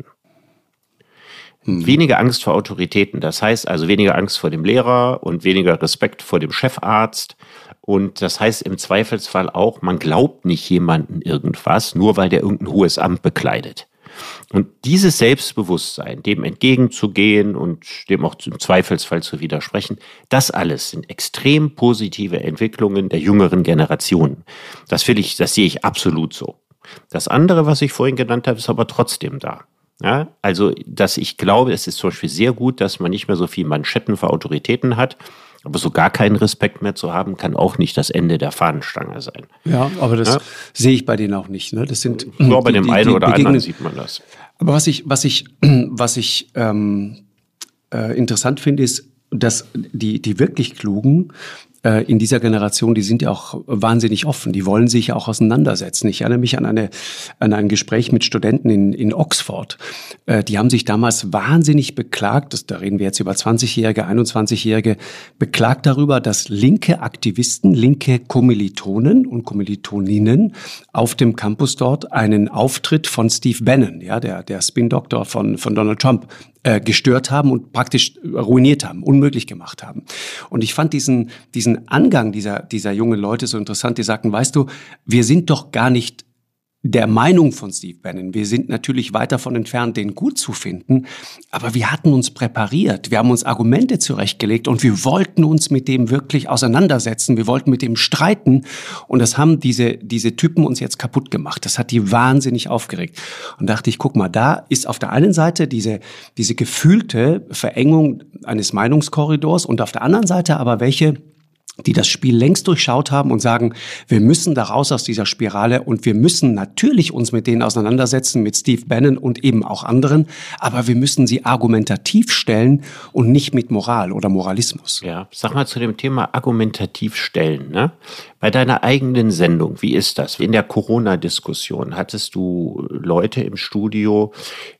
Weniger Angst vor Autoritäten, das heißt also weniger Angst vor dem Lehrer und weniger Respekt vor dem Chefarzt. Und das heißt im Zweifelsfall auch, man glaubt nicht jemandem irgendwas, nur weil der irgendein hohes Amt bekleidet. Und dieses Selbstbewusstsein, dem entgegenzugehen und dem auch im Zweifelsfall zu widersprechen, das alles sind extrem positive Entwicklungen der jüngeren Generationen. Das will ich, das sehe ich absolut so. Das andere, was ich vorhin genannt habe, ist aber trotzdem da. Ja, also, dass ich glaube, es ist zum Beispiel sehr gut, dass man nicht mehr so viel Manschetten für Autoritäten hat, aber so gar keinen Respekt mehr zu haben, kann auch nicht das Ende der Fahnenstange sein. Ja, aber das ja? sehe ich bei denen auch nicht. Ne? Das sind nur bei dem die, einen die oder Begegnen. Anderen sieht man das. Aber was ich, was ich, was ich ähm, äh, interessant finde, ist, dass die, die wirklich Klugen äh, in dieser Generation, die sind ja auch wahnsinnig offen. Die wollen sich ja auch auseinandersetzen. Ich erinnere mich an eine, an ein Gespräch mit Studenten in, in Oxford. Äh, die haben sich damals wahnsinnig beklagt, das, da reden wir jetzt über zwanzigjährige, einundzwanzigjährige, beklagt darüber, dass linke Aktivisten, linke Kommilitonen und Kommilitoninnen auf dem Campus dort einen Auftritt von Steve Bannon, ja, der, der Spin-Doktor von, von Donald Trump, äh, gestört haben und praktisch ruiniert haben, unmöglich gemacht haben. Und ich fand diesen, diesen Angang dieser, dieser jungen Leute so interessant. Die sagten, weißt du, wir sind doch gar nicht der Meinung von Steve Bannon. Wir sind natürlich weit davon entfernt, den gut zu finden, aber wir hatten uns präpariert, wir haben uns Argumente zurechtgelegt und wir wollten uns mit dem wirklich auseinandersetzen, wir wollten mit dem streiten und das haben diese, diese Typen uns jetzt kaputt gemacht. Das hat die wahnsinnig aufgeregt. Und dachte ich, guck mal, da ist auf der einen Seite diese, diese gefühlte Verengung eines Meinungskorridors und auf der anderen Seite aber welche, die das Spiel längst durchschaut haben und sagen, wir müssen da raus aus dieser Spirale und wir müssen natürlich uns mit denen auseinandersetzen, mit Steve Bannon und eben auch anderen, aber wir müssen sie argumentativ stellen und nicht mit Moral oder Moralismus. Ja, sag mal zu dem Thema argumentativ stellen, ne? Bei deiner eigenen Sendung, wie ist das? In der Corona-Diskussion hattest du Leute im Studio,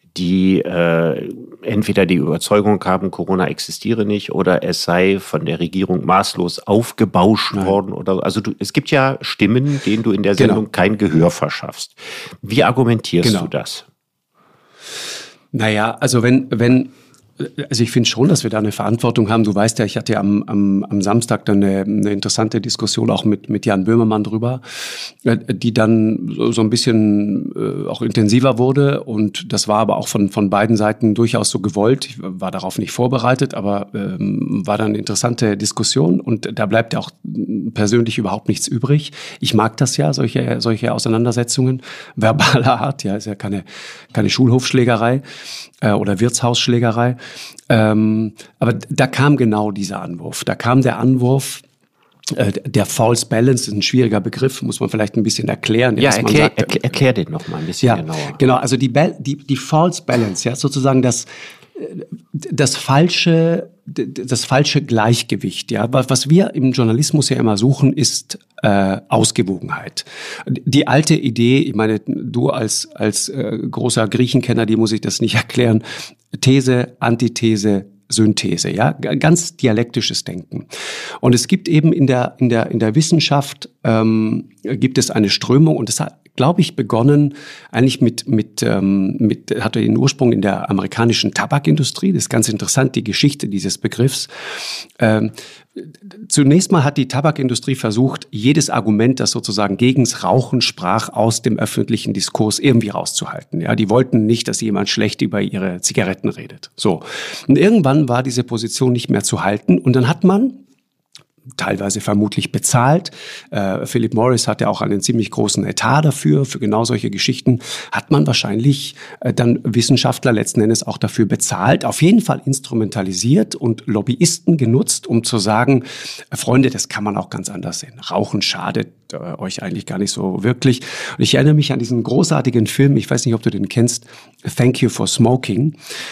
die äh, entweder die Überzeugung haben, Corona existiere nicht oder es sei von der Regierung maßlos aufgebauscht Nein. worden. Oder also du, es gibt ja Stimmen, denen du in der Sendung genau. kein Gehör verschaffst. Wie argumentierst genau. du das? Naja, also wenn, wenn Also ich finde schon, dass wir da eine Verantwortung haben. Du weißt ja, ich hatte ja am, am, am Samstag dann eine, eine interessante Diskussion auch mit, mit Jan Böhmermann drüber, die dann so, so ein bisschen äh, auch intensiver wurde. Und das war aber auch von, von beiden Seiten durchaus so gewollt. Ich war darauf nicht vorbereitet, aber ähm, war dann eine interessante Diskussion. Und da bleibt ja auch persönlich überhaupt nichts übrig. Ich mag das ja, solche, solche Auseinandersetzungen verbaler Art. Ja, ist ja keine, keine Schulhofschlägerei äh, oder Wirtshausschlägerei. Ähm, aber da kam genau dieser Anwurf. Da kam der Anwurf, äh, der False Balance ist ein schwieriger Begriff, muss man vielleicht ein bisschen erklären. Ja, erklär, sagt, erklär, erklär den noch mal ein bisschen ja, genauer. Genau, also die, die, die False Balance, ja, sozusagen das, das falsche, das falsche Gleichgewicht, ja. Was wir im Journalismus ja immer suchen, ist äh, Ausgewogenheit. Die alte Idee, ich meine, du als als äh, großer Griechenkenner, die muss ich das nicht erklären. These, Antithese, Synthese, ja, ganz dialektisches Denken. Und es gibt eben in der in der in der Wissenschaft ähm, gibt es eine Strömung und das hat, glaube ich, begonnen eigentlich mit mit ähm, mit hatte den Ursprung in der amerikanischen Tabakindustrie. Das ist ganz interessant, die Geschichte dieses Begriffs. Ähm, Zunächst mal hat die Tabakindustrie versucht, jedes Argument, das sozusagen gegens Rauchen sprach, aus dem öffentlichen Diskurs irgendwie rauszuhalten. Ja, die wollten nicht, dass jemand schlecht über ihre Zigaretten redet. So. Und irgendwann war diese Position nicht mehr zu halten und dann hat man teilweise vermutlich bezahlt. Äh, Philip Morris hat ja auch einen ziemlich großen Etat dafür, für genau solche Geschichten hat man wahrscheinlich äh, dann Wissenschaftler letzten Endes auch dafür bezahlt, auf jeden Fall instrumentalisiert und Lobbyisten genutzt, um zu sagen, äh, Freunde, das kann man auch ganz anders sehen. Rauchen schadet äh, euch eigentlich gar nicht so wirklich. Und ich erinnere mich an diesen großartigen Film, ich weiß nicht, ob du den kennst, Thank You for Smoking,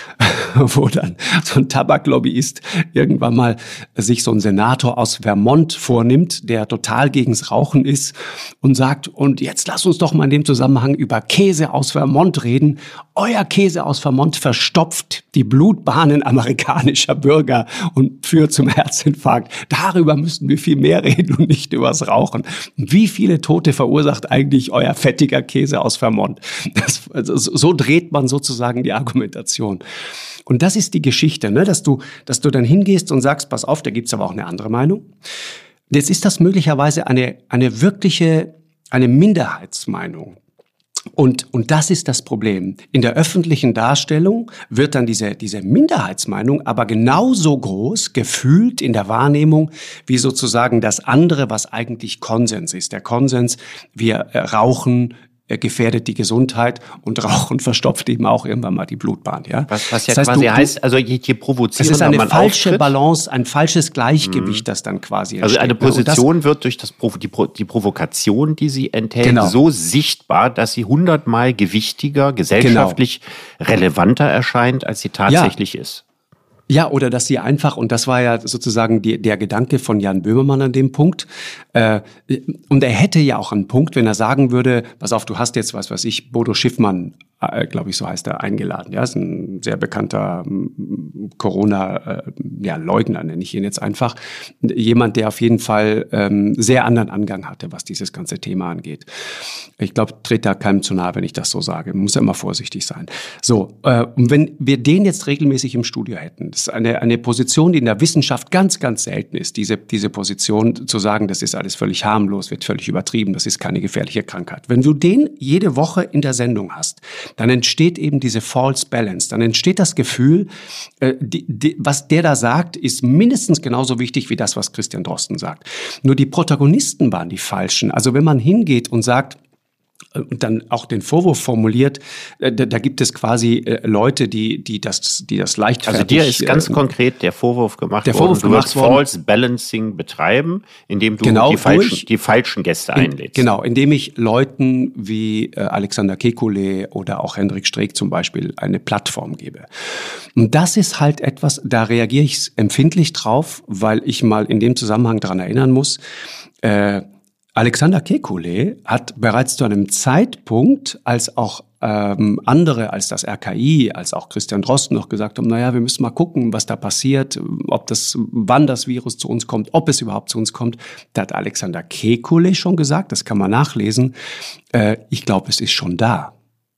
wo dann so ein Tabaklobbyist irgendwann mal sich so einen Senator aus Vermont vornimmt, der total gegens Rauchen ist und sagt, und jetzt lass uns doch mal in dem Zusammenhang über Käse aus Vermont reden. Euer Käse aus Vermont verstopft die Blutbahnen amerikanischer Bürger und führt zum Herzinfarkt. Darüber müssten wir viel mehr reden und nicht übers Rauchen. Wie viele Tote verursacht eigentlich euer fettiger Käse aus Vermont? Das, also so dreht man sozusagen die Argumentation. Und das ist die Geschichte, ne? dass du, dass du dann hingehst und sagst, pass auf, da gibt's aber auch eine andere Meinung. Jetzt ist das möglicherweise eine, eine wirkliche, eine Minderheitsmeinung. Und, und das ist das Problem. In der öffentlichen Darstellung wird dann diese, diese Minderheitsmeinung aber genauso groß gefühlt in der Wahrnehmung wie sozusagen das andere, was eigentlich Konsens ist. Der Konsens, wir äh, rauchen, gefährdet die Gesundheit und Rauchen verstopft eben auch irgendwann mal die Blutbahn. Ja? Was, was ja das heißt, quasi du, heißt, also je, je provozierender es ist eine man falsche auftritt, Balance, ein falsches Gleichgewicht, mhm. das dann quasi entsteht. Also eine Position wird durch das, die, die Provokation, die sie enthält, genau. so sichtbar, dass sie hundertmal gewichtiger, gesellschaftlich genau. relevanter erscheint, als sie tatsächlich ja. ist. Ja, oder dass sie einfach, und das war ja sozusagen die, der Gedanke von Jan Böhmermann an dem Punkt, äh, und er hätte ja auch einen Punkt, wenn er sagen würde, pass auf, du hast jetzt, was weiß ich, Bodo Schiffmann, äh, glaube ich, so heißt er, eingeladen. Ja, ist ein sehr bekannter ähm, Corona-Leugner, äh, ja, nenne ich ihn jetzt einfach. Jemand, der auf jeden Fall ähm, sehr anderen Angang hatte, was dieses ganze Thema angeht. Ich glaube, tritt da keinem zu nahe, wenn ich das so sage. Man muss ja immer vorsichtig sein. So, äh, und wenn wir den jetzt regelmäßig im Studio hätten, das ist eine, eine Position, die in der Wissenschaft ganz, ganz selten ist, diese, diese Position zu sagen, das ist alles völlig harmlos, wird völlig übertrieben, das ist keine gefährliche Krankheit. Wenn du den jede Woche in der Sendung hast, dann entsteht eben diese False Balance, dann entsteht das Gefühl, äh, die, die, was der da sagt, ist mindestens genauso wichtig wie das, was Christian Drosten sagt. Nur die Protagonisten waren die falschen. Also wenn man hingeht und sagt, und dann auch den Vorwurf formuliert, da, da gibt es quasi äh, Leute, die, die das, die das leichtfertig... Also dir ist ganz äh, konkret der Vorwurf gemacht der Vorwurf worden, du wirst False Balancing betreiben, indem du genau die, falschen, durch, die falschen Gäste in, einlädst. Genau, indem ich Leuten wie äh, Alexander Kekulé oder auch Hendrik Streeck zum Beispiel eine Plattform gebe. Und das ist halt etwas, da reagiere ich empfindlich drauf, weil ich mal in dem Zusammenhang daran erinnern muss, äh, Alexander Kekulé hat bereits zu einem Zeitpunkt, als auch ähm, andere, als das R K I, als auch Christian Drosten noch gesagt haben, naja, wir müssen mal gucken, was da passiert, ob das, wann das Virus zu uns kommt, ob es überhaupt zu uns kommt. Da hat Alexander Kekulé schon gesagt, das kann man nachlesen, äh, ich glaube, es ist schon da.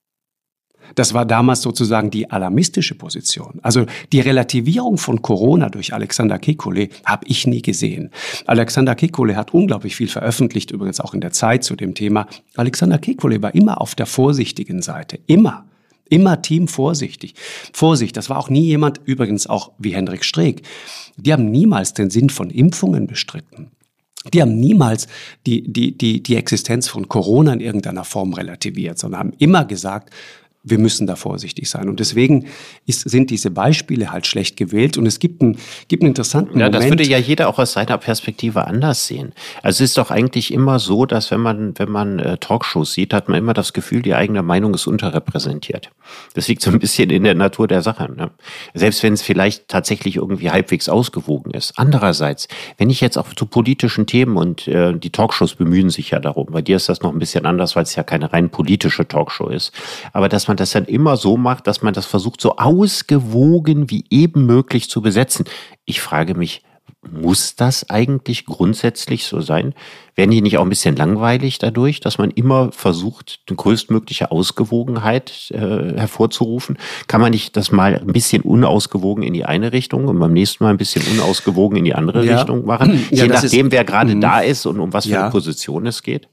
Das war damals sozusagen die alarmistische Position. Also die Relativierung von Corona durch Alexander Kekulé habe ich nie gesehen. Alexander Kekulé hat unglaublich viel veröffentlicht, übrigens auch in der Zeit zu dem Thema. Alexander Kekulé war immer auf der vorsichtigen Seite. Immer. Immer Team vorsichtig. Vorsicht, das war auch nie jemand, übrigens auch wie Hendrik Streeck. Die haben niemals den Sinn von Impfungen bestritten. Die haben niemals die, die, die, die Existenz von Corona in irgendeiner Form relativiert, sondern haben immer gesagt, wir müssen da vorsichtig sein. Und deswegen ist, sind diese Beispiele halt schlecht gewählt. Und es gibt einen, gibt einen interessanten ja, Moment. Das würde ja jeder auch aus seiner Perspektive anders sehen. Also es ist doch eigentlich immer so, dass wenn man, wenn man äh, Talkshows sieht, hat man immer das Gefühl, die eigene Meinung ist unterrepräsentiert. Das liegt so ein bisschen in der Natur der Sache. Ne? Selbst wenn es vielleicht tatsächlich irgendwie halbwegs ausgewogen ist. Andererseits, wenn ich jetzt auch zu politischen Themen und äh, die Talkshows bemühen sich ja darum, bei dir ist das noch ein bisschen anders, weil es ja keine rein politische Talkshow ist. Aber dass man das dann immer so macht, dass man das versucht, so ausgewogen wie eben möglich zu besetzen. Ich frage mich, muss das eigentlich grundsätzlich so sein? Werden die nicht auch ein bisschen langweilig dadurch, dass man immer versucht, die größtmögliche Ausgewogenheit äh, hervorzurufen? Kann man nicht das mal ein bisschen unausgewogen in die eine Richtung und beim nächsten Mal ein bisschen unausgewogen in die andere ja. Richtung machen? Ja, Je nachdem, ist, wer gerade da ist und um was für ja. eine Position es geht?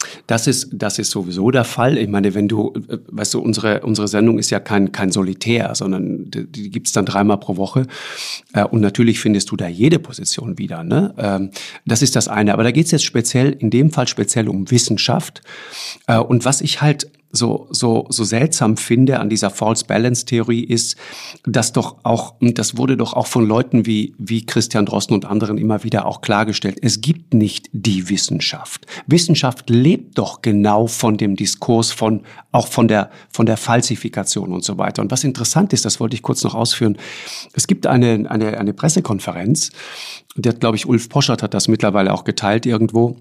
Das ist, das ist sowieso der Fall. Ich meine, wenn du, weißt du, unsere, unsere Sendung ist ja kein, kein Solitär, sondern die, die gibt's dann dreimal pro Woche. Und natürlich findest du da jede Position wieder, ne? Das ist das eine. Aber da geht's jetzt speziell, in dem Fall speziell um Wissenschaft. Und was ich halt so, so, so seltsam finde an dieser False-Balance-Theorie ist, dass doch auch, das wurde doch auch von Leuten wie, wie Christian Drosten und anderen immer wieder auch klargestellt, es gibt nicht die Wissenschaft. Wissenschaft lebt doch genau von dem Diskurs, von, auch von der, von der Falsifikation und so weiter. Und was interessant ist, das wollte ich kurz noch ausführen, es gibt eine, eine, eine Pressekonferenz, der, glaube ich, Ulf Poschert hat das mittlerweile auch geteilt irgendwo.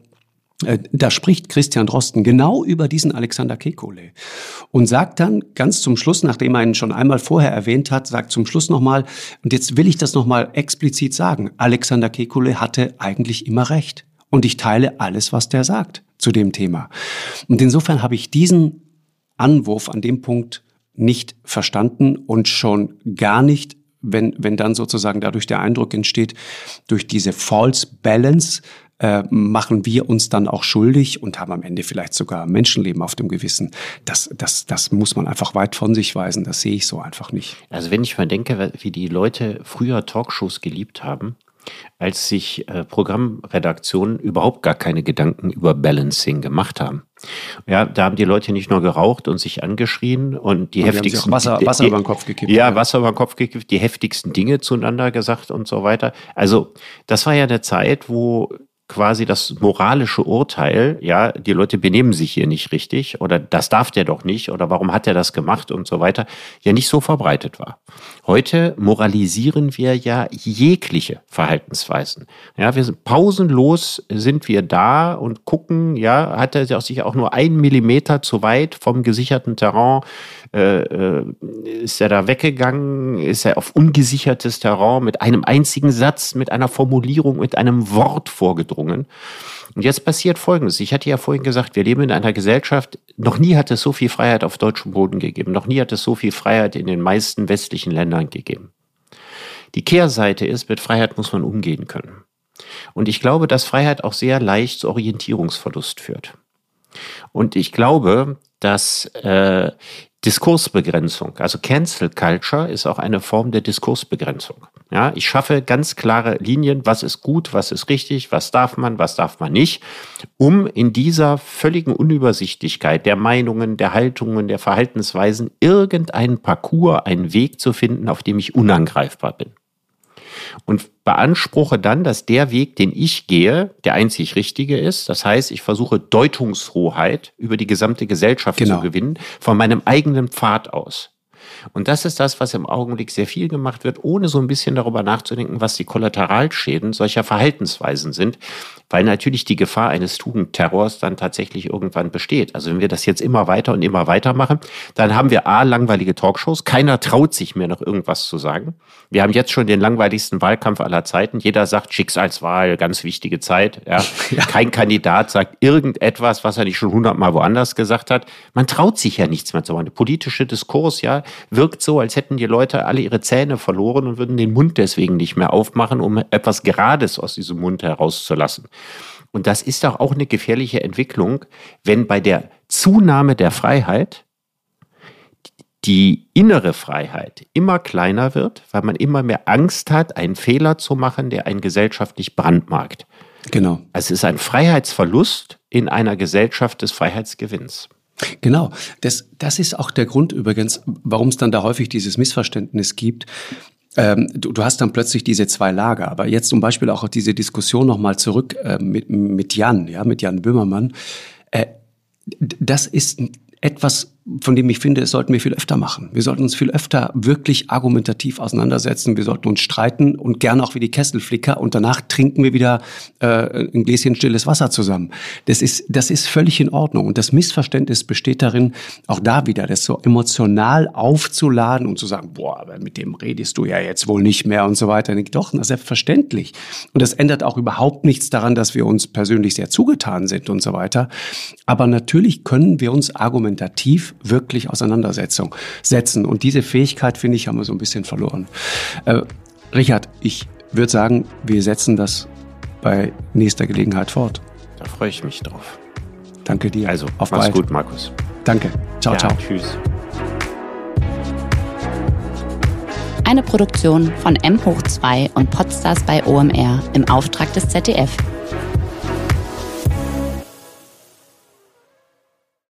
Da spricht Christian Drosten genau über diesen Alexander Kekulé und sagt dann ganz zum Schluss, nachdem er ihn schon einmal vorher erwähnt hat, sagt zum Schluss nochmal, und jetzt will ich das nochmal explizit sagen, Alexander Kekulé hatte eigentlich immer recht und ich teile alles, was der sagt zu dem Thema. Und insofern habe ich diesen Anwurf an dem Punkt nicht verstanden und schon gar nicht, wenn, wenn dann sozusagen dadurch der Eindruck entsteht, durch diese False Balance Äh, machen wir uns dann auch schuldig und haben am Ende vielleicht sogar Menschenleben auf dem Gewissen. Das, das, das muss man einfach weit von sich weisen. Das sehe ich so einfach nicht. Also wenn ich mal denke, wie die Leute früher Talkshows geliebt haben, als sich äh, Programmredaktionen überhaupt gar keine Gedanken über Balancing gemacht haben. Ja, da haben die Leute nicht nur geraucht und sich angeschrien und die und heftigsten... Haben sich auch Wasser, Wasser die, über den Kopf gekippt. Ja, ja, Wasser über den Kopf gekippt, die heftigsten Dinge zueinander gesagt und so weiter. Also das war ja eine Zeit, wo quasi das moralische Urteil, ja, die Leute benehmen sich hier nicht richtig oder das darf der doch nicht oder warum hat er das gemacht und so weiter, ja nicht so verbreitet war. Heute moralisieren wir ja jegliche Verhaltensweisen. Ja, wir sind pausenlos sind wir da und gucken, ja, hat er sich auch nur einen Millimeter zu weit vom gesicherten Terrain, äh, äh, ist er da weggegangen, ist er auf ungesichertes Terrain mit einem einzigen Satz, mit einer Formulierung, mit einem Wort vorgedrungen. Und jetzt passiert Folgendes. Ich hatte ja vorhin gesagt, wir leben in einer Gesellschaft, noch nie hat es so viel Freiheit auf deutschem Boden gegeben, noch nie hat es so viel Freiheit in den meisten westlichen Ländern gegeben. Die Kehrseite ist, mit Freiheit muss man umgehen können. Und ich glaube, dass Freiheit auch sehr leicht zu Orientierungsverlust führt. Und ich glaube, dass äh, Diskursbegrenzung, also Cancel Culture ist auch eine Form der Diskursbegrenzung. Ja, ich schaffe ganz klare Linien, was ist gut, was ist richtig, was darf man, was darf man nicht, um in dieser völligen Unübersichtlichkeit der Meinungen, der Haltungen, der Verhaltensweisen irgendeinen Parcours, einen Weg zu finden, auf dem ich unangreifbar bin. Und beanspruche dann, dass der Weg, den ich gehe, der einzig richtige ist. Das heißt, ich versuche Deutungshoheit über die gesamte Gesellschaft genau. zu gewinnen, von meinem eigenen Pfad aus. Und das ist das, was im Augenblick sehr viel gemacht wird, ohne so ein bisschen darüber nachzudenken, was die Kollateralschäden solcher Verhaltensweisen sind, weil natürlich die Gefahr eines Tugendterrors dann tatsächlich irgendwann besteht. Also wenn wir das jetzt immer weiter und immer weiter machen, dann haben wir a, langweilige Talkshows, keiner traut sich mehr noch irgendwas zu sagen. Wir haben jetzt schon den langweiligsten Wahlkampf aller Zeiten. Jeder sagt Schicksalswahl, ganz wichtige Zeit. Ja. Ja. Kein Kandidat sagt irgendetwas, was er nicht schon hundertmal woanders gesagt hat. Man traut sich ja nichts mehr zu machen. Der politische Diskurs, ja, wirkt so, als hätten die Leute alle ihre Zähne verloren und würden den Mund deswegen nicht mehr aufmachen, um etwas Gerades aus diesem Mund herauszulassen. Und das ist doch auch eine gefährliche Entwicklung, wenn bei der Zunahme der Freiheit die innere Freiheit immer kleiner wird, weil man immer mehr Angst hat, einen Fehler zu machen, der einen gesellschaftlich brandmarkt. Genau. Also es ist ein Freiheitsverlust in einer Gesellschaft des Freiheitsgewinns. Genau, das, das ist auch der Grund übrigens, warum es dann da häufig dieses Missverständnis gibt. Ähm, du, du hast dann plötzlich diese zwei Lager, aber jetzt zum Beispiel auch auf diese Diskussion nochmal zurück äh, mit, mit Jan, ja, mit Jan Böhmermann. Äh, das ist etwas, von dem ich finde, das sollten wir viel öfter machen. Wir sollten uns viel öfter wirklich argumentativ auseinandersetzen. Wir sollten uns streiten und gerne auch wie die Kesselflicker und danach trinken wir wieder äh, ein Gläschen stilles Wasser zusammen. Das ist, das ist völlig in Ordnung. Und das Missverständnis besteht darin, auch da wieder, das so emotional aufzuladen und zu sagen, boah, aber mit dem redest du ja jetzt wohl nicht mehr und so weiter. Und ich, doch, na, selbstverständlich. Und das ändert auch überhaupt nichts daran, dass wir uns persönlich sehr zugetan sind und so weiter. Aber natürlich können wir uns argumentativ wirklich Auseinandersetzung setzen. Und diese Fähigkeit, finde ich, haben wir so ein bisschen verloren. Äh, Richard, ich würde sagen, wir setzen das bei nächster Gelegenheit fort. Da freue ich mich drauf. Danke dir. Also, auf mach's bald. Gut, Markus. Danke. Ciao, ja, ciao. Tschüss. Eine Produktion von M hoch zwei und Podstars bei O M R im Auftrag des Z D F.